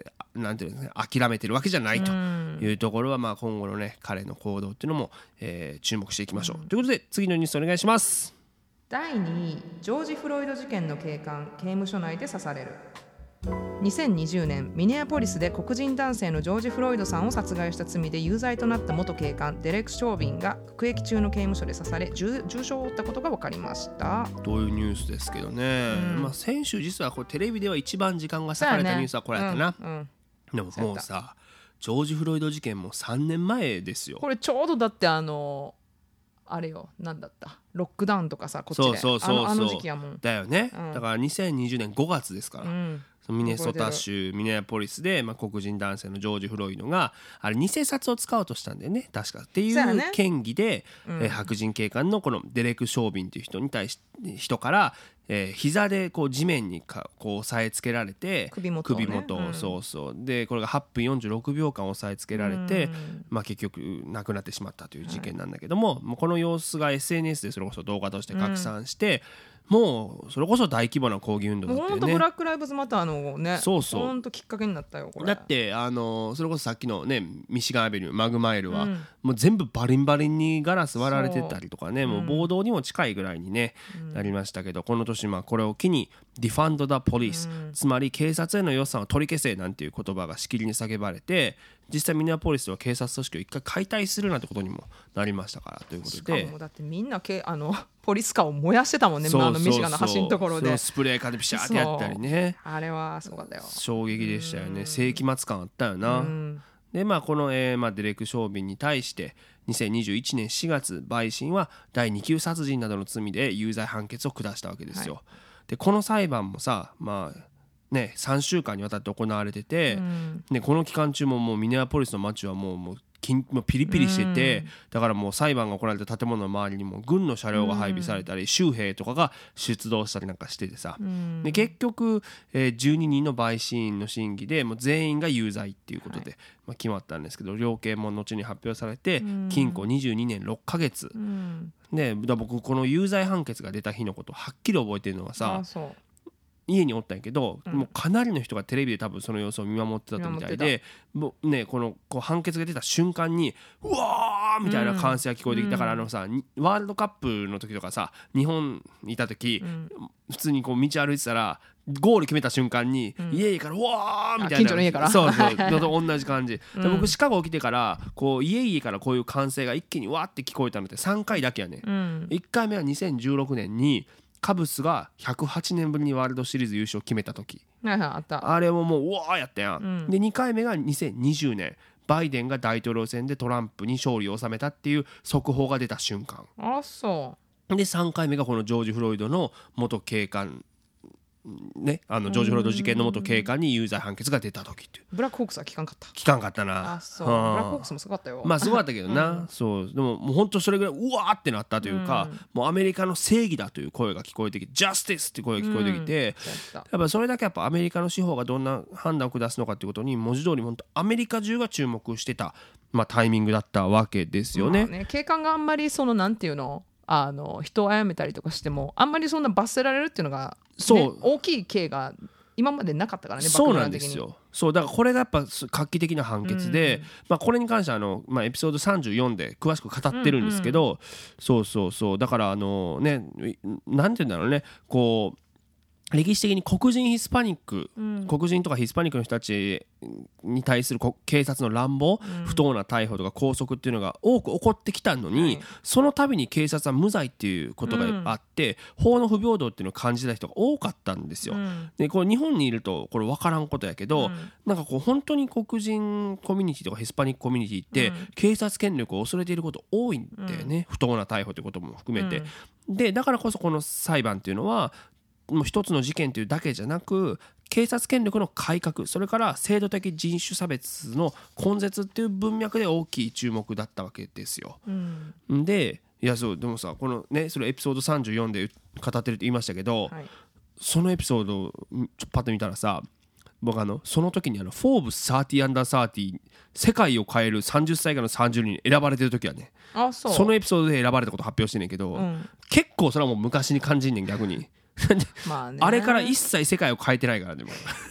なんていうんですね、諦めてるわけじゃないというところは、まあ今後のね彼の行動っていうのも、注目していきましょう、ということで次のニュースお願いします。 第2位、ジョージ・フロイド事件の警官刑務所内で刺される。2020年ミネアポリスで黒人男性のジョージ・フロイドさんを殺害した罪で有罪となった元警官デレク・ショービンが服役中の刑務所で刺され重傷を負ったことが分かりました。 というニュースですけどね、まあ、先週実はこれテレビでは一番時間が割かれたニュースはこれやったな、でももうさジョージ・フロイド事件も3年前ですよ。 これちょうどだってあれよ、なんだったロックダウンとかさ、こっちであの時期やもんだよね、だから2020年5月ですから、ミネソタ州ミネアポリスで、まあ、黒人男性のジョージ・フロイドがあれ偽札を使おうとしたんだよね確かっていう嫌疑で、白人警官のこのデレク・ショービンという人から、膝でこう地面にこう押さえつけられて首元を、 そうでこれが8分46秒間押さえつけられて、まあ、結局亡くなってしまったという事件なんだけども、もうこの様子が SNS でそれこそ動画として拡散して、もうそれこそ大規模な抗議運動だったよね。 本当ブラックライブズマターのね、 そう本当きっかけになったよこれ。 だってそれこそさっきのねミシガンアベニューマグマイルは、もう全部バリンバリンにガラス割られてたりとかね、もう暴動にも近いぐらいにね、なりましたけど、この年これを機にディファンド・ダ・ポリス、つまり警察への予算を取り消せなんていう言葉がしきりに叫ばれて、実際ミネアポリスでは警察組織を一回解体するなんてことにもなりましたからということで、しかもだってみんなポリスカーを燃やしてたもんね。ミシガンの橋のところでスプレーカーでピシャーってやったりね、 あれはすごかったよ。 衝撃でしたよね。世紀末感あったよな。でまあこの、デレク・ショービンに対して2021年4月陪審は第2級殺人などの罪で有罪判決を下したわけですよ。でこの裁判もさ、まあね、3週間にわたって行われてて、ね、この期間中ももうミネアポリスの街はもうピリピリしてて、だからもう裁判が行われた建物の周りにも軍の車両が配備されたり、州兵とかが出動したりなんかしててさ、で結局、12人の陪審員の審議でもう全員が有罪っていうことで、決まったんですけど、量刑も後に発表されて禁錮22年6ヶ月、で僕この有罪判決が出た日のことをはっきり覚えてるのがさ、家におったんやけど、もうかなりの人がテレビで多分その様子を見守ってたみたいで、もうね、こう判決が出た瞬間にうわーみたいな歓声が聞こえてきたから、さワールドカップの時とかさ、日本にいた時、普通にこう道歩いてたらゴール決めた瞬間に、家からうわーみたいな、 近所の家からそう同じ感じ、で僕シカゴ来てからこう家からこういう歓声が一気にわーって聞こえたのって3回だけやね、1回目は2016年にカブスが108年ぶりにワールドシリーズ優勝を決めた時、あれももううわーやったやん、で2回目が2020年バイデンが大統領選でトランプに勝利を収めたっていう速報が出た瞬間、で3回目がこのジョージ・フロイドの元警官ね、ジョージ・フロイド事件の元警官に有罪判決が出た時っていう。 ブラックホークスは聞かんかった。 聞かんかったな。 ブラックホークスもすごかったよ。 まあすごかったけどな、そうでももう本当それぐらいうわーってなったというか、もうアメリカの正義だという声が聞こえてきて、ジャスティスって声が聞こえてきて、やっぱそれだけやっぱアメリカの司法がどんな判断を下すのかっていうことに文字通り本当アメリカ中が注目してた、タイミングだったわけですよね。 警官があんまりそのなんていうの、人を殺めたりとかしてもあんまりそんな罰せられるっていうのが、大きい刑が今までなかったからね。 そうなんですよ。そうだからこれがやっぱ画期的な判決で、これに関してはエピソード34で詳しく語ってるんですけど、そうだからね、なんて言うんだろうね、こう歴史的に黒人ヒスパニック、黒人とかヒスパニックの人たちに対する警察の乱暴、不当な逮捕とか拘束っていうのが多く起こってきたのに、その度に警察は無罪っていうことがあって、法の不平等っていうのを感じた人が多かったんですよ。でこれ日本にいるとこれ分からんことやけど、なんかこう本当に黒人コミュニティとかヒスパニックコミュニティって警察権力を恐れていること多いんだよね、不当な逮捕ということも含めて、でだからこそこの裁判っていうのはもう一つの事件というだけじゃなく、警察権力の改革、それから制度的人種差別の根絶っていう文脈で大きい注目だったわけですよ。ででもさ、このね、それエピソード34で語ってるって言いましたけど、そのエピソードをパッと見たらさ、僕その時にフォーブス30 under 30世界を変える30歳以下の30人に選ばれてる時はね、そのエピソードで選ばれたこと発表してんねんけど、結構それはもう昔に感じんねん逆にあれから一切世界を変えてないからね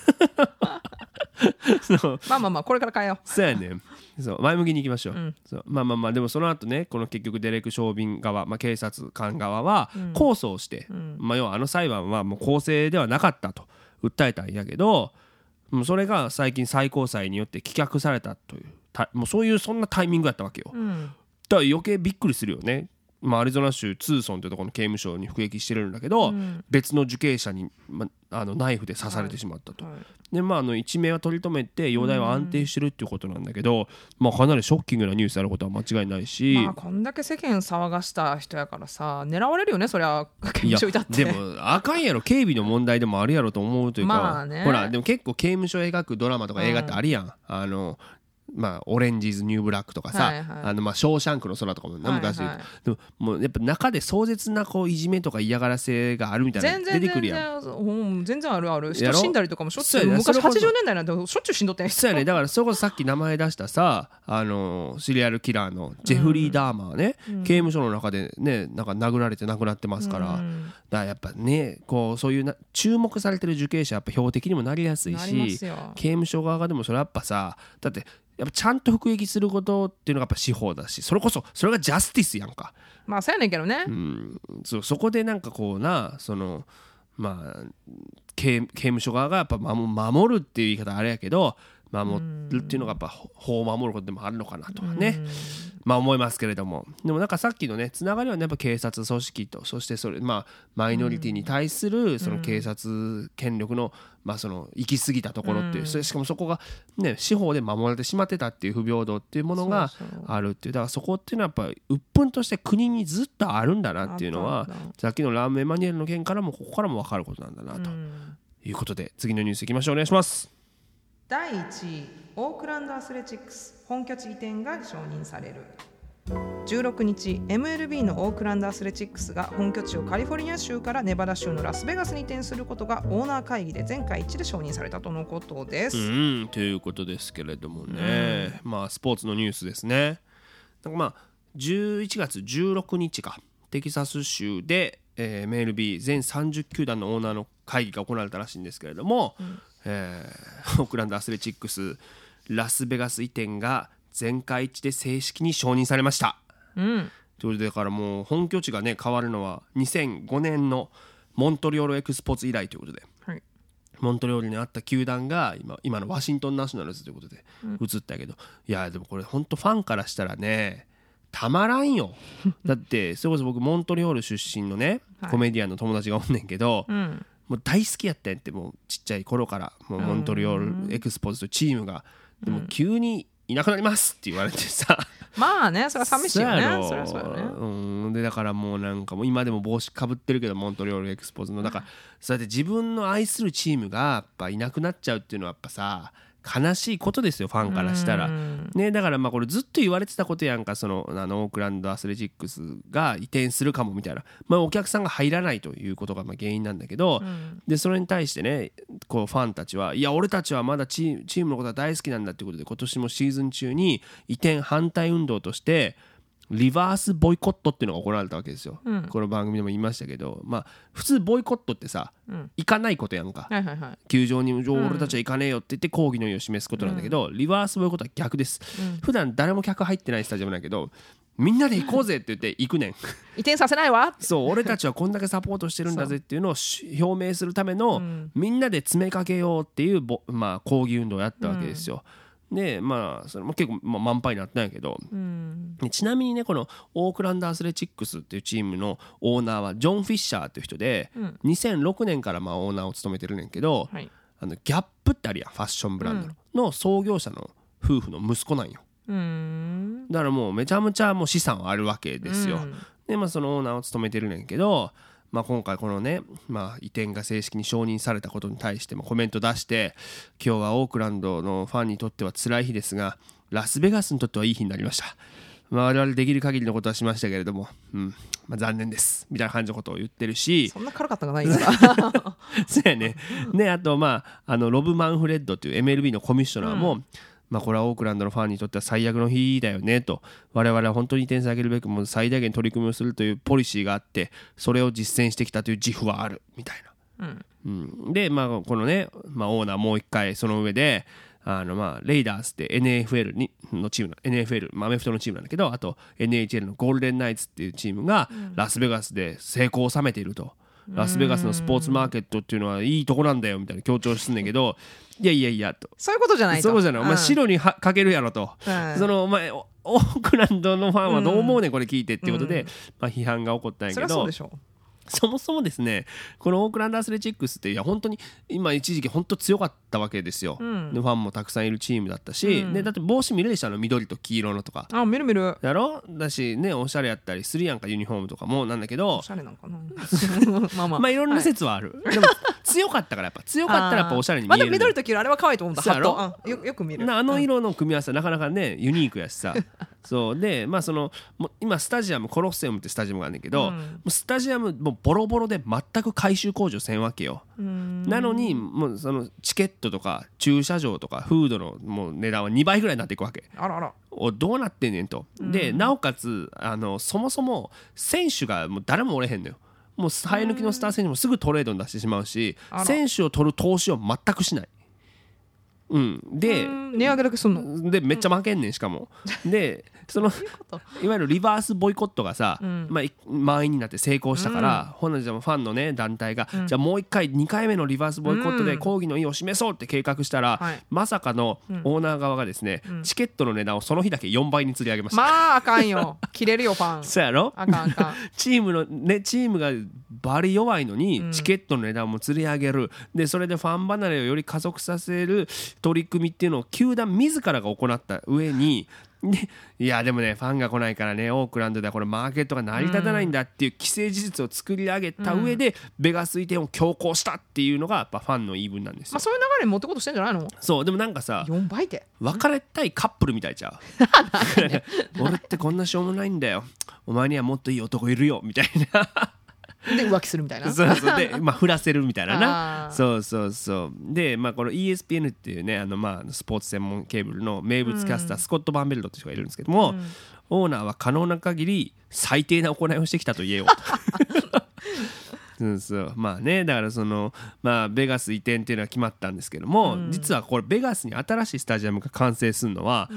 これから変えよう。 そうやね、そう前向きにいきましょう、そうでもその後ね、この結局デレク・ショービン側、警察官側は控訴をして、要は裁判はもう公正ではなかったと訴えたんやけど、それが最近最高裁によって棄却されたという、もうそんなタイミングだったわけよ、だから余計びっくりするよね。アリゾナ州ツーソンというところの刑務所に服役してるんだけど、別の受刑者に、ナイフで刺されてしまったと、で一命は取り留めて容体は安定してるっていうことなんだけど、かなりショッキングなニュースであることは間違いないし、 こんだけ世間騒がした人やからさ、狙われるよね、そりゃ刑務所いたって。 でもあかんやろ、警備の問題でもあるやろと思うというか、ほらでも結構刑務所を描くドラマとか映画ってあるやん、オレンジーズ・ニューブラックとかさ、ショーシャンクの空とかも昔言うと、でももうやっぱ中で壮絶なこういじめとか嫌がらせがあるみたいな出てくるやん。 全然ある。人死んだりとかもしょっちゅう、昔80年代なんてしょっちゅう死んどったんや。 そうやね。だからそれこそさっき名前出したさ、シリアルキラーのジェフリー・ダーマーね、刑務所の中でね、なんか殴られて亡くなってますから、だからやっぱね、こうそういう注目されてる受刑者やっぱ標的にもなりやすいし、刑務所側がでもそれやっぱさ、だってやっぱちゃんと服役することっていうのがやっぱ司法だし、それがジャスティスやんか。 そうやねんけどね、 そこでなんかこうな、刑務所側がやっぱ守るっていう言い方あれやけど、守るっていうのがやっぱ法を守ることでもあるのかなとかね、思いますけれども、でもなんかさっきのねつながりはね、やっぱ警察組織と、そしてそれマイノリティに対するその警察権力のその行き過ぎたところっていう、しかもそこがね司法で守られてしまってたっていう不平等っていうものがあるっていう、だからそこっていうのはやっぱ鬱憤として国にずっとあるんだなっていうのは、さっきのラーム・エマニュエルの件からもここからも分かることなんだなといいうことで次のニュースいきましょう。お願いします。 第1位、オークランドアスレチックス本拠地移転が承認される。16日 MLB のオークランドアスレチックスが本拠地をカリフォルニア州からネバダ州のラスベガスに移転することがオーナー会議で全会一致で承認されたとのことです。 ということですけれどもね、まあスポーツのニュースですね。なんかまあ11月16日かテキサス州で、MLB 全30球団のオーナーの会議が行われたらしいんですけれども、オークランドアスレチックスラスベガス移転が全会一致で正式に承認されました。ということでだからもう本拠地がね変わるのは2005年のモントリオールエクスポーツ以来ということで、モントリオールにあった球団が今のワシントンナショナルズということで移ったけど、いやでもこれ本当ファンからしたらねたまらんよだってそれこそ僕モントリオール出身のねコメディアンの友達がおんねんけど、もう大好きやったんやって、もうちっちゃい頃からもうモントリオールエクスポーツというチームがでも急にいなくなりますって言われてさまあねそれは寂しいよね。それはそうよね。 でだからもうなんかもう今でも帽子かぶってるけどモントリオールエクスポーツのだからそうやって自分の愛するチームがやっぱいなくなっちゃうっていうのはやっぱさ悲しいことですよファンからしたらね。だからまあこれずっと言われてたことやんか、そのオークランドアスレチックスが移転するかもみたいな、まあお客さんが入らないということがまあ原因なんだけど、でそれに対してねこうファンたちはいや俺たちはまだチームのことは大好きなんだってことで今年もシーズン中に移転反対運動としてリバースボイコットっていうのが行われたわけですよ、この番組でも言いましたけど、まあ普通ボイコットってさ、行かないことやんか、球場に俺たちは行かねえよって言って抗議の意を示すことなんだけど、リバースボイコットは逆です、普段誰も客入ってないスタジアムだけどみんなで行こうぜって言って行くねん移転させないわそう俺たちはこんだけサポートしてるんだぜっていうのを表明するための、みんなで詰めかけようっていうまあ抗議運動をやったわけですよ、でまあそれも結構満杯になったんやけど、ちなみにねこのオークランドアスレチックスっていうチームのオーナーはジョン・フィッシャーっていう人で、2006年からまあオーナーを務めてるねんけど、ギャップってあるやんファッションブランドの創業者の夫婦の息子なんよ。だからもうめちゃめちゃもう資産はあるわけですよ、でまあそのオーナーを務めてるねんけど、まあ、今回このね、まあ、移転が正式に承認されたことに対してもコメント出して、今日はオークランドのファンにとっては辛い日ですがラスベガスにとってはいい日になりました、まあ、我々できる限りのことはしましたけれども、まあ、残念ですみたいな感じのことを言ってるし、 そんな軽かったのがないですかそうやね。であとまあロブ・マンフレッドという MLB のコミッショナーも、まあ、これはオークランドのファンにとっては最悪の日だよねと、我々は本当に移転してあげるべくもう最大限取り組みをするというポリシーがあってそれを実践してきたという自負はあるみたいな、でまあこのね、まあ、オーナーもう一回その上でまあレイダースって NFL のチームNFL、まあ、アメフトのチームなんだけど、あと NHL のゴールデンナイツっていうチームがラスベガスで成功を収めていると、ラスベガスのスポーツマーケットっていうのはいいとこなんだよみたいな強調すんねんけど、いやとそういうことじゃないと、 そういうことじゃない、お前白にかけるやろと、そのお前オークランドのファンはどう思うねんこれ聞いてっていうことで、まあ、批判が起こったんやけど、 そりゃそうでしょ。 そもそもですねこのオークランドアスレチックスっていや本当に今一時期本当強かったわけですよ、でファンもたくさんいるチームだったし、でだって帽子見るでしょ緑と黄色のとか、 見るやろだしねおしゃれやったりするやんかユニフォームとかもなんだけど、 おしゃれなんかなまあいろんな説はある、でも強かったからやっぱ強かったらやっぱおしゃれに見える、 まだ緑と黄色あれは可愛いと思うんだ、ハットよく見る色の組み合わせはなかなかねユニークやしさそうでまあその今スタジアムコロッセウムってスタジアムがあるんだけど、スタジアムもうボロボロで全く改修工事をせんわけよ。なのにもうそのチケットとか駐車場とかフードのもう値段は2倍ぐらいになっていくわけ。 あらどうなってんねんと。でなおかつそもそも選手がもう誰もおれへんのよ。もう生え抜きのスター選手もすぐトレードに出してしまうし、選手を取る投資を全くしない。で値上げだけすんのでめっちゃ負けんねんしかもでそのいわゆるリバースボイコットがさ、満員になって成功したから、ほなじゃあファンのね団体が、じゃあもう一回2回目のリバースボイコットで抗議の意を示そうって計画したら、まさかのオーナー側がですね、チケットの値段をその日だけ4倍に釣り上げました。 まああかんよ切れるよファンそうやろあかんチームがバリ弱いのにチケットの値段も釣り上げる、でそれでファン離れをより加速させる取り組みっていうのを球団自らが行った上にでいやでもねファンが来ないからねオークランドではこれマーケットが成り立たないんだっていう既成事実を作り上げた上で、ベガス移転を強行したっていうのがやっぱファンの言い分なんですよ。 そういう流れに持ってこうとしてんじゃないの。 そうでもなんかさ 4倍で別れたいカップルみたいちゃう俺ってこんなしょうもないんだよ、お前にはもっといい男いるよみたいなで浮気するみたいなそうそうで、振らせるみたいななそうで、この ESPN っていうねスポーツ専門ケーブルの名物キャスター、スコット・バンベルドって人がいるんですけども、オーナーは可能な限り最低な行いをしてきたと言えようとだからそのベガス移転っていうのは決まったんですけども、実はこれベガスに新しいスタジアムが完成するのは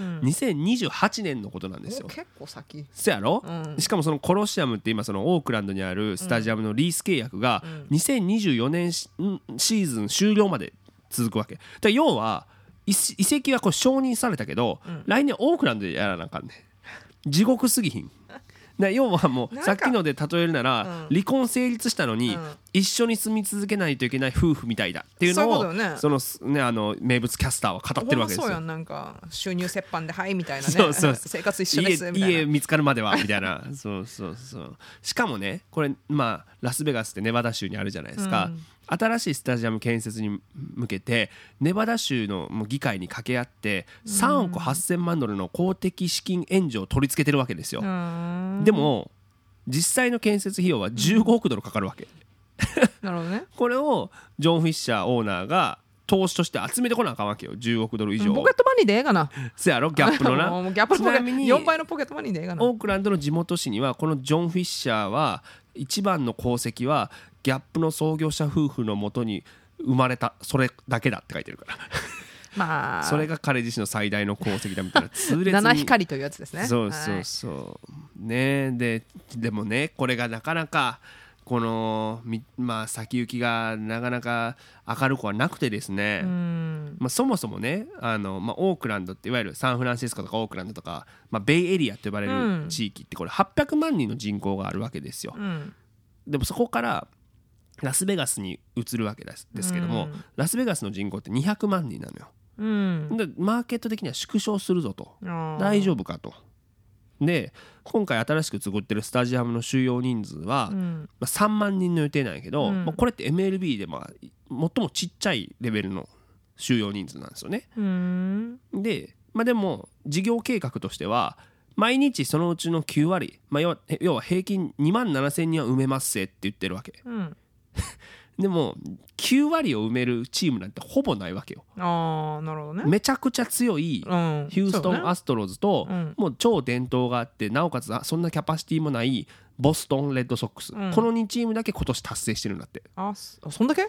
2028年のことなんですよ。 結構先そやろ、しかもそのコロシアムって今そのオークランドにあるスタジアムのリース契約が2024年シーズン終了まで続くわけだ。要は移籍はこれ承認されたけど、来年オークランドでやらなあかんねん。地獄すぎひん。要はもうさっきので例えるなら、離婚成立したのに一緒に住み続けないといけない夫婦みたいだっていうのをその名物キャスターは語ってるわけですよ。 そうやん、なんか収入折半ではいみたいなね生活一緒ですみたいな、 家見つかるまではみたいなそうしかもねこれラスベガスってネバダ州にあるじゃないですか、新しいスタジアム建設に向けてネバダ州の議会に掛け合って3億8000万ドルの公的資金援助を取り付けてるわけですよ。でも実際の建設費用は15億ドルかかるわけなるほどね。 これをジョン・フィッシャーオーナーが投資として集めてこなあかんわけよ。10億ドル以上ポケットマニーでええがな。 そやろギャップのなもうギャップのポケット4倍のポケットマニーでええがな。 オークランドの地元紙にはこのジョン・フィッシャーは一番の功績はギャップの創業者夫婦のもとに生まれたそれだけだって書いてるからそれが彼自身の最大の功績だみたいな痛烈に七光というやつですね。 そうね。でもねこれがなかなかこの先行きがなかなか明るくはなくてですね、そもそもねオークランドっていわゆるサンフランシスコとかオークランドとか、ベイエリアと呼ばれる地域ってこれ800万人の人口があるわけですよ、でもそこからラスベガスに移るわけですけども、ラスベガスの人口って200万人なのよ、でマーケット的には縮小するぞと、大丈夫かと。で今回新しく作ってるスタジアムの収容人数は、3万人の予定なんやけど、これって MLB で最もちっちゃいレベルの収容人数なんですよね。で、でも事業計画としては毎日そのうちの9割、要は平均2万7,000人は埋めますせって言ってるわけ、でも9割を埋めるチームなんてほぼないわけよ。 なるほどね。 めちゃくちゃ強いヒューストンアストロズと、もう超伝統があってなおかつそんなキャパシティもないボストンレッドソックス、この2チームだけ今年達成してるんだって。 そんだけ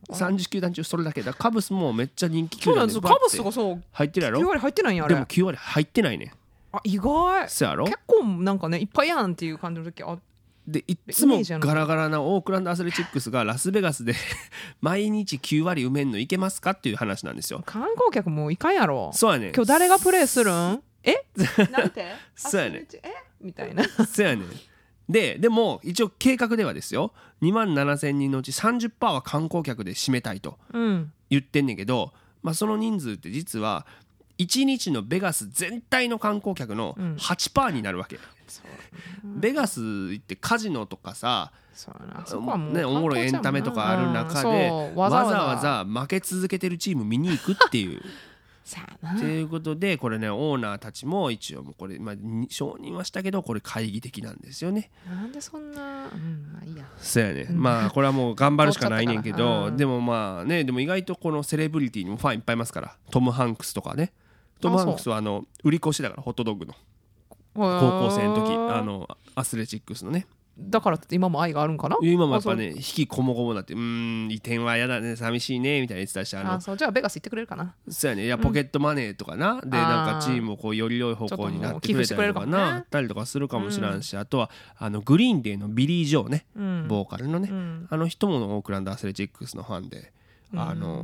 30球団中それだけだ。カブスもめっちゃ人気球団でカブスとかそう入ってるやろ。 9割入ってないんやあれ。 でも9割入ってないね。 意外。 そうやろ。 結構なんかねいっぱいやんっていう感じの時でいつもガラガラなオークランドアスレチックスがラスベガスで毎日9割埋めんのいけますかっていう話なんですよ。 観光客もいかんやろ。 そうやね。 今日誰がプレーするんなんてそうやねみたいなそうやね。でも一応計画ではですよ、2万7,000人のうち 30% は観光客で占めたいと言ってんねんけど、その人数って実は1日のベガス全体の観光客の 8% になるわけ、ベガス行ってカジノとかさ、おもろいエンタメとかある中でわざわざ負け続けてるチーム見に行くっていうということで、これねオーナーたちも一応これ、承認はしたけどこれ懐疑的なんですよね。 なんでそんな、いいや。 そうやね、これはもう頑張るしかないねんけど、でもでも意外とこのセレブリティにもファンいっぱいいますから。トム・ハンクスとかね。トム・ハンクスは売り越しだからホットドッグの高校生の時アスレチックスのね。 だからって今も愛があるんかな。 今もやっぱね引きこもごもだって、移転は嫌だね寂しいねみたいな言ってたし、 そうじゃあベガス行ってくれるかな。 そうやね。いやポケットマネーとかな、でなんかチームをこうより良い方向になってくれたりとかなったりとかするかもしれんし、あとはグリーンデーのビリー・ジョーね、ボーカルのね、あの人もオークランドアスレチックスのファンで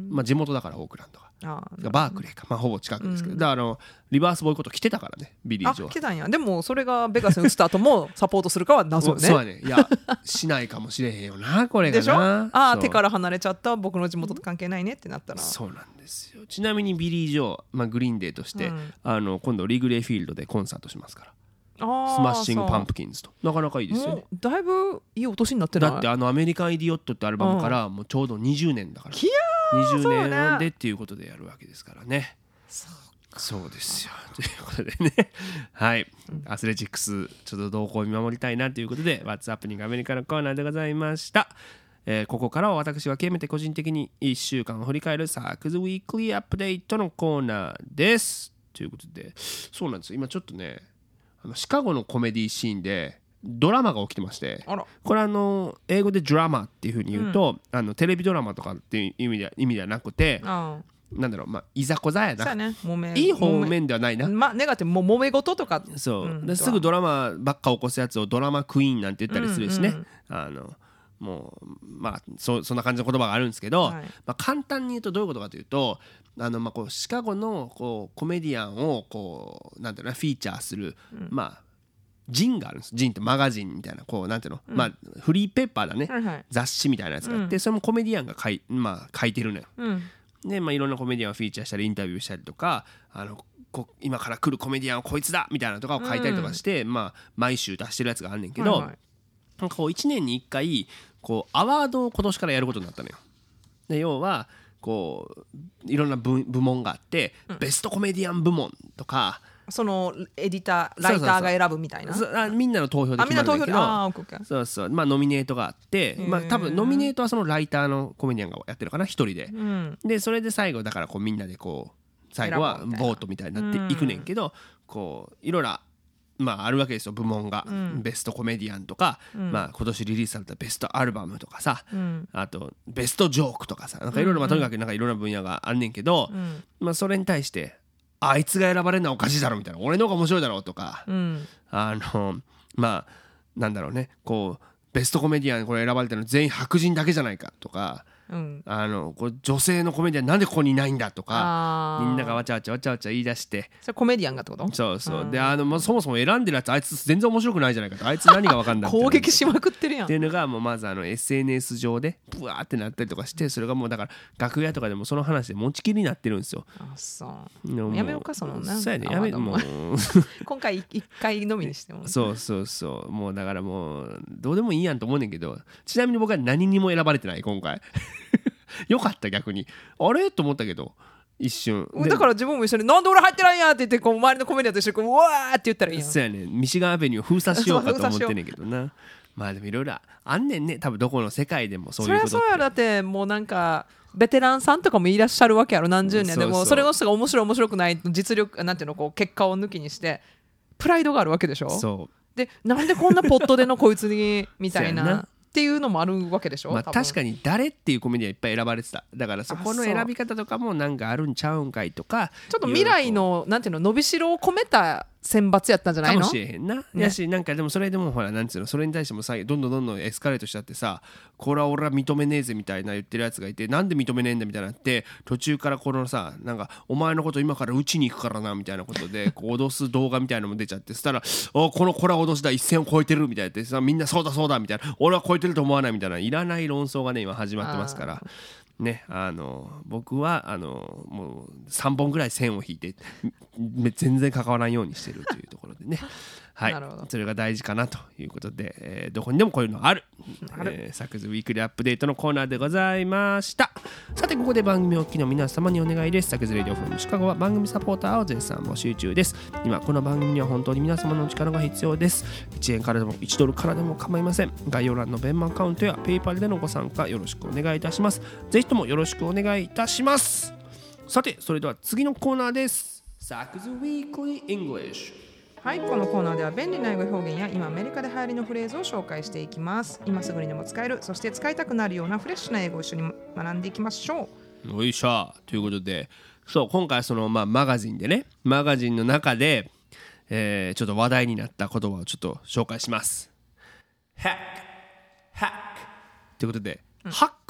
まあ、地元だからオークランドがバークレーか、まあ、ほぼ近くですけど、だからリバースボーイコット来てたからねビリー・ジョーは。 来てたんや。でもそれがベガスに移った後もサポートするかは謎よね。 そうやね。いやしないかもしれへんよなこれがな。 でしょ。ああ手から離れちゃった僕の地元と関係ないねってなったら。 そうなんですよ。ちなみにビリー・ジョー、まあ、グリーンデーとして、今度リグレーフィールドでコンサートしますから。スマッシングパンプキンズとなかなかいいですよね。 だいぶいいお年になってない。 だってアメリカン・イディオットってアルバムからもうちょうど20年だから、20年でっていうことでやるわけですからね。そうですよ。ということでねはい、アスレチックスちょっと動向を見守りたいなということで What's Happening アメリカのコーナーでございました。ここからは私は極めて個人的に1週間を振り返るサークズウィークリーアップデートのコーナーですということで、そうなんですよ。今ちょっとねシカゴのコメディシーンでドラマが起きてまして、これ英語でドラマっていう風に言うと、テレビドラマとかっていう意味ではなくて、なんだろう、まあいざこざやな、ね、いい方面ではないな、 まあネガティブも揉め事とか、 そう、ですぐドラマばっか起こすやつをドラマクイーンなんて言ったりするしね、もうまあそんな感じの言葉があるんですけど、まあ、簡単に言うとどういうことかというとまあこうシカゴのこうコメディアンをこうなんていうのフィーチャーする、まあジンがあるんです。ジンってマガジンみたいなこうなんていうの、まあフリーペーパーだね、雑誌みたいなやつがあって、それもコメディアンが書いてるのよ。でまあいろんなコメディアンをフィーチャーしたりインタビューしたりとか今から来るコメディアンはこいつだみたいなのとかを書いたりとかして、まあ毎週出してるやつがあんねんけど、こう1年に1回こうアワードを今年からやることになったのよ。で要はこういろんな部門があって、ベストコメディアン部門とかそのエディターライターが選ぶみたいな、 みんなの投票で決まるんだけど、そうそう、まあノミネートがあって、まあ多分ノミネートはそのライターのコメディアンがやってるかな一人で、でそれで最後だからこうみんなでこう最後はボートみたいになっていくねんけど、こういろいろまああるわけですよ部門が、ベストコメディアンとか、まあ今年リリースされたベストアルバムとかさ、あとベストジョークとかさ、なんかいろいろとにかくなんかいろんな分野があんねんけど、まあそれに対してあいつが選ばれるのはおかしいだろみたいな、俺の方が面白いだろうとか、まあなんだろうね、こうベストコメディアンこれ選ばれてるの全員白人だけじゃないかとか、こう女性のコメディアンなんでここにいないんだとか、みんながわちゃわちゃ言い出して、 それコメディアンがってこと？ そうそう、でまあ、そもそも選んでるやつあいつ全然面白くないじゃないかと、あいつ何が分かんない攻撃しまくってるやんっていうのがもうまずSNS 上でブワーってなったりとかして、それがもうだから楽屋とかでもその話で持ちきりになってるんですよ。 あそうやめようかそのな。 そうやね、やめもう今回1回のみにしてもそうもうだからもうどうでもいいやんと思うねんけど、ちなみに僕は何にも選ばれてない今回よかった逆にあれと思ったけど一瞬だから自分も一緒になんで俺入ってないんやって言ってこう周りのコメディアンと一緒にこううわーって言ったらいいやん。 そうやね、ミシガンアベニューを封鎖しようかと思ってんねんけどなまあでもいろいろあんねんね、多分どこの世界でもそういうことって。 そりゃそうや、だってもうなんかベテランさんとかもいらっしゃるわけやろ何十年でも、それの人が面白くない実力なんていうのこう結果を抜きにしてプライドがあるわけでしょ。 そうでなんでこんなポットでのこいつにみたいなっていうのもあるわけでしょ。 まあ、確かに誰っていうコメディアンいっぱい選ばれてた。だからそこの選び方とかもなんかあるんちゃうんかいとか、 ちょっと未来のなんていうの伸びしろを込めた選抜やったんじゃないのかもしれへんな、ね、やしなんかでもそれでもほらなんつうの、それに対してもさどんどんエスカレートしちゃってさ、これは俺は認めねえぜみたいな言ってるやつがいて、なんで認めねえんだみたいなって途中からこのさなんかお前のこと今から打ちに行くからなみたいなことでこう脅す動画みたいなのも出ちゃって、そしたらこれは脅しだ一線を越えてるみたいなってさ、みんなそうだみたいな、俺は越えてると思わないみたいないらない論争がね今始まってますからね、僕はもう3本ぐらい線を引いて全然関わらんようにしてるというところでねはい、それが大事かなということで、どこにでもこういうのある、サクズウィークリーアップデートのコーナーでございました。さてここで番組をお聞きの皆様にお願いです。サクズレディオフォームシカゴは番組サポーターを絶賛募集中です。今この番組には本当に皆様の力が必要です。1円からでも1ドルからでも構いません。概要欄のベンマンアカウントやペイパルでのご参加よろしくお願いいたします。ぜひともよろしくお願いいたします。さてそれでは次のコーナーです。サクズウィークリーイングリッシュ。 はい、このコーナーでは便利な英語表現や今アメリカで流行りのフレーズを紹介していきます。今すぐにでも使える、そして使いたくなるようなフレッシュな英語を一緒に学んでいきましょう。 よいしょということで、そう今回その、マガジンでね、マガジンの中で、ちょっと話題になった言葉をちょっと紹介します。ハックということで、ハックね、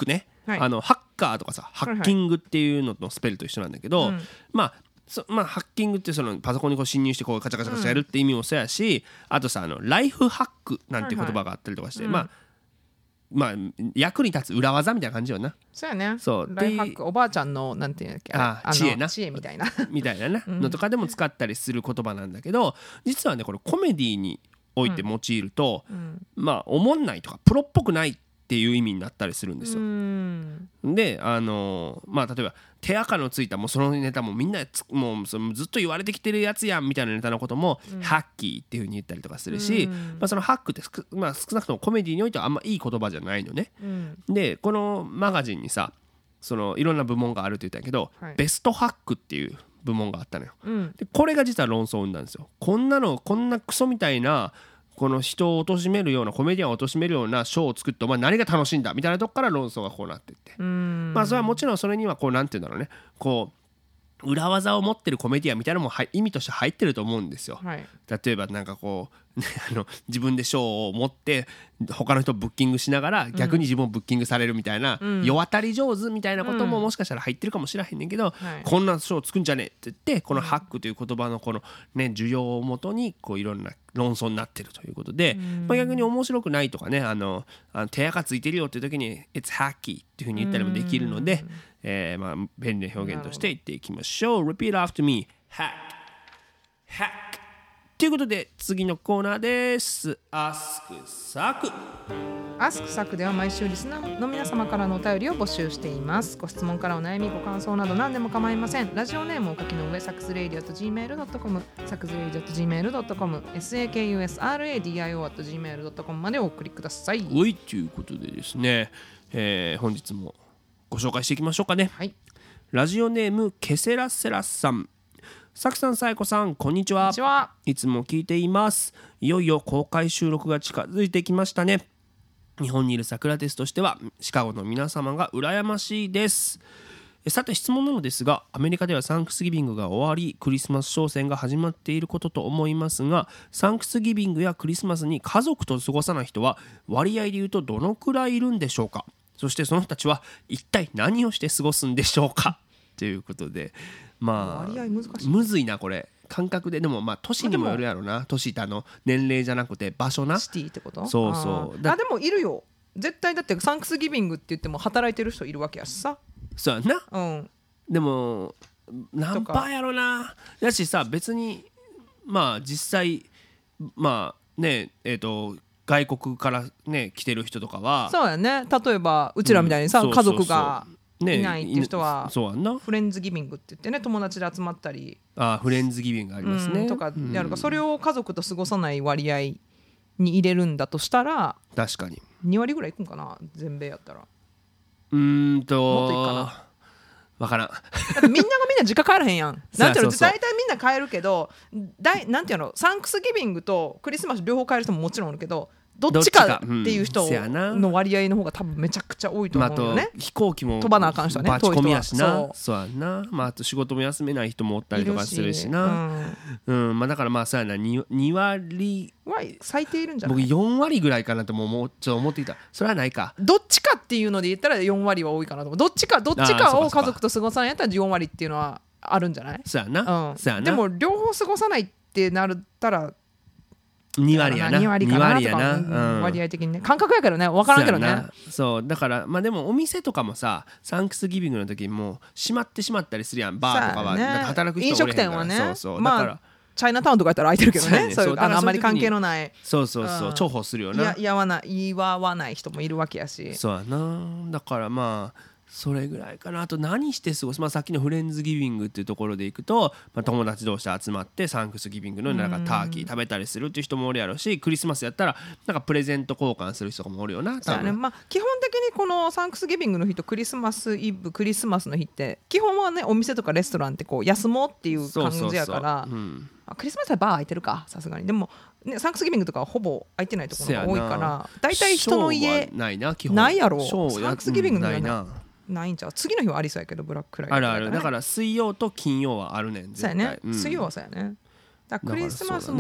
はい、 ハッカーとかさハッキングっていうののスペルと一緒なんだけど、 うんまあハッキングってそのパソコンにこう侵入してこうカチャカチャカチャやるって意味もそうやし、あとさライフハックなんて言葉があったりとかして、 はいはいまあ役に立つ裏技みたいな感じよな。 そうやね。 そうライフハックおばあちゃんのなんていうんだっけ知恵な知恵みたいなみたいなねのとかでも使ったりする言葉なんだけど、実はねこれコメディにおいて用いると、まあおもんないとかプロっぽくないっていう意味になったりするんですよ。でまあ例えば手垢のついたもうそのネタもみんなもうそのずっと言われてきてるやつやんみたいなネタのことも、ハッキーっていう風に言ったりとかするし、まあ、そのハックってまあ、少なくともコメディにおいてはあんまいい言葉じゃないのね。でこのマガジンにさそのいろんな部門があるって言ったんやけど、 はい、 ベストハックっていう部門があったのよ。でこれが実は論争を生んだんですよ。こんなクソみたいなこの人を貶めるようなコメディアンを貶めるようなショーを作ってお前何が楽しいんだみたいなとこから論争がこうなっていって、まあそれはもちろんそれにはこうなんていうんだろうねこう裏技を持ってるコメディアンみたいなのも意味として入ってると思うんですよ。 はい、 例えばなんかこう自分でショーを持って他の人をブッキングしながら逆に自分をブッキングされるみたいな、世渡り上手みたいなことももしかしたら入ってるかもしれへんねんけど、こんなショー作んじゃねえって言ってこのハックという言葉のこのね需要をもとにこういろんな論争になってるということで、まあ、逆に面白くないとかね手垢ついてるよっていう時に It's hacky っていう風に言ったりもできるので、まあ便利な表現として言っていきましょう。 Repeat after me. Hack Hackということで次のコーナーです。Ask Saku。 アスクサクでは毎週リスナーの皆様からのお便りを募集しています。ご質問からお悩みご感想など何でも構いません。ラジオネームをお書きの上サクスレイディオ .gmail.com サクスレイディオ .gmail.com sakusradio.gmail.com までお送りください。 はい、ということでですね、本日もご紹介していきましょうかね。 はい、 ラジオネームケセラセラさん。サクさん、サイコさん、こんにちは。 こんにちは。 いつも聞いています。いよいよ公開収録が近づいてきましたね。日本にいるサクラテスとしてはシカゴの皆様が羨ましいです。さて質問なのですが、アメリカではサンクスギビングが終わりクリスマス商戦が始まっていることと思いますが、サンクスギビングやクリスマスに家族と過ごさない人は割合でいうとどのくらいいるんでしょうか。そしてその人たちは一体何をして過ごすんでしょうかということで、まあ割合難しい。 むずいなこれ感覚で。でもまあ都市にもよるやろな。都市って年齢じゃなくて場所な。 シティってこと。 そうそう。 でもいるよ絶対。だってサンクスギビングって言っても働いてる人いるわけやしさ。 そうやな、でも何パーやろな。だしさ別にまあ実際まあね外国からね来てる人とかはそうやね。例えばうちらみたいにさ、家族がいないっていう人はそうやんな。 フレンズギビングって言ってね、友達で集まったりフレンズギビングありますね、 とかやるか、それを家族と過ごさない割合に入れるんだとしたら確かに 2割ぐらいいくんかな、全米やったら。もっといくかな。 分からん。 だってみんながみんな実家帰らへんやん。なんていうの、 そう大体みんな帰るけど、なんていうの、サンクスギビングとクリスマス両方帰る人ももちろんあるけど、どっちかっていう人の割合の方が多分めちゃくちゃ多いと思うよね。 あと飛行機も飛ばなあかん人ね、 バチ込みやしな。 遠い人はそうやな。あと仕事も休めない人もおったりとかするしな。まあだからまあそうやな、2割は最低いるんじゃない。 僕4割ぐらいかなともちょっと思っていた。それはないか。 どっちかっていうので言ったら4割は多いかなと思う。どっちかを家族と過ごさないやったら4割っていうのはあるんじゃない。 そうやな、そうやな。 でも両方過ごさないってなったら 2割やな。 2割かなとか、割合的にね、感覚やけどね、分からんけどね。 そうだからまあでもお店とかもさ、サンクスギビングの時にもう閉まってしまったりするやん。バーとかはなんか働く人おれへんから。飲食店はね、 そうだからチャイナタウンとかやったら空いてるけどね。そういうあんまり関係のない、 そう重宝するよな。 祝わない人もいるわけやし。 そうやな。だからまあそれぐらいかな。あと何して過ごす、まあ、さっきのフレンズギビングっていうところでいくと、まあ、友達同士で集まってサンクスギビングのなんかターキー食べたりするっていう人もおるやろし、クリスマスやったらなんかプレゼント交換する人もおるよな。 そうね、まあ、基本的にこのサンクスギビングの日とクリスマスイブクリスマスの日って基本はね、お店とかレストランってこう休もうっていう感じやから、クリスマスはバー空いてるかさすがに。でも、ね、サンクスギビングとかはほぼ空いてないところが多いから大体人の家ないやろ。サンクスギビングの日はないんちゃう。次の日はありそうやけど、ブラックフライデーあるある。だから水曜と金曜はあるねん。 そうやね、水曜はそうやね。だからクリスマスも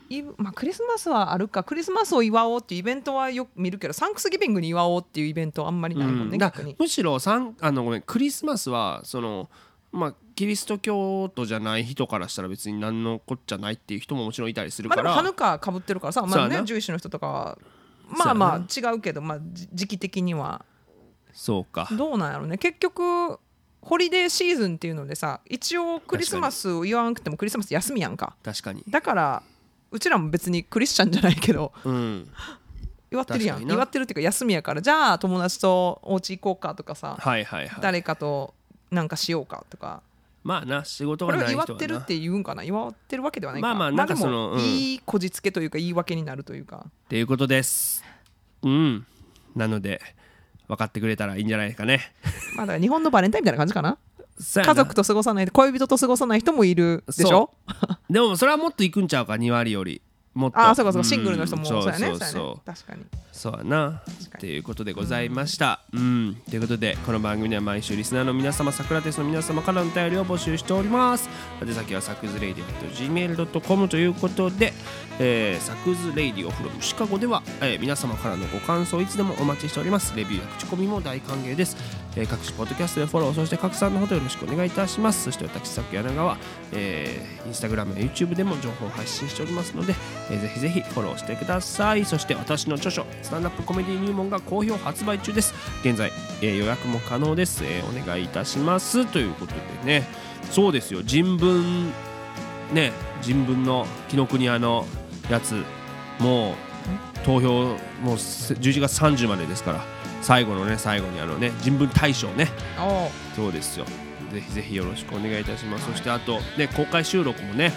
クリスマスはあるか。クリスマスを祝おうっていうイベントはよく見るけど、サンクスギビングに祝おうっていうイベントはあんまりないもんね、逆に。 むしろごめん、クリスマスはキリスト教徒じゃない人からしたら別に何のこっちゃないっていう人ももちろんいたりするから、 でもハヌカ被ってるからさ、ジュイッシュの人とかは違うけど、時期的にはそうか、 どうなんやろうね。結局ホリデーシーズンっていうのでさ、一応クリスマスを言わなくてもクリスマス休みやんか。 確かに。 だからうちらも別にクリスチャンじゃないけど、祝ってるやん。祝ってるっていうか休みやから、じゃあ友達とお家行こうかとかさ、誰かとなんかしようかとか。 仕事がない人はな。 これを祝ってるって言うんかな。祝ってるわけではないか。 なんかでもいいこじつけというか言い訳になるというかっていうことです。なので分かってくれたらいいんじゃないですかね。 だから日本のバレンタインみたいな感じかな。家族と過ごさない、恋人と過ごさない人もいるでしょ。 でもそれはもっといくんちゃうか、2割よりもっと。 そうかシングルの人もそうやね。確かにそうやなっていうことでございました。ということで、この番組では毎週リスナーの皆様、サクラテスの皆様からのお便りを募集しております。宛先はサクズレイディオ .gmail.com ということで、サクズレイディオフロムシカゴでは、皆様からのご感想いつでもお待ちしております。レビューや口コミも大歓迎です。各種ポッドキャストでフォロー、そして拡散のほどよろしくお願いいたします。そして私サク柳川、インスタグラムや YouTube でも情報を発信しておりますので、ぜひぜひフォローしてください。そして私の著書スタンダップコメディ入門が好評発売中です。現在、予約も可能です。お願いいたしますということでね。そうですよ、人文の紀ノ国屋のやつ、もう投票もう11月30までですから、最後に人文大賞ね。そうですよ、ぜひぜひよろしくお願いいたします。そしてあとね、公開収録もね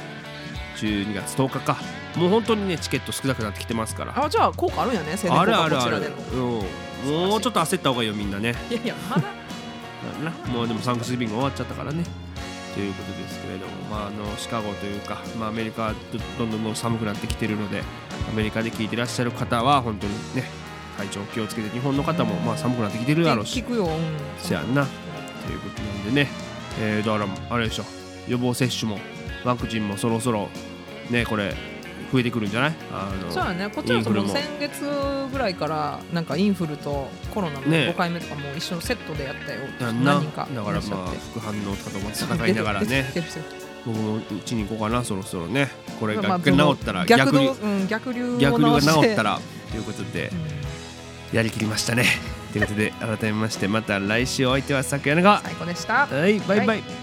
12月10日か。もう本当にねチケット少なくなってきてますから。 じゃあ効果あるんやね。 あるあるある。もうちょっと焦った方がいいよみんなね。 まだもうでもサンクスギビング終わっちゃったからねということですけれども、シカゴというか、アメリカはどんどん寒くなってきてるので、アメリカで聞いてらっしゃる方は本当にね体調気をつけて、日本の方も寒くなってきてるだろうし、 聞くよ。 そやんなということなんでね、だからあれでしょ、予防接種もワクチンもそろそろねこれ増えてくるんじゃない？ そうやね。こっちはその先月ぐらいからなんかインフルとコロナの5回目とかも一緒のセットでやったよ。何人かだから副反応とかとも戦いながらね。僕もうちに行こうかな、そろそろね。これが治ったら逆流が治ったらということでやりきりましたね。ということで改めましてまた来週お相手はサクヤナが最高でした。 はい、バイバイ。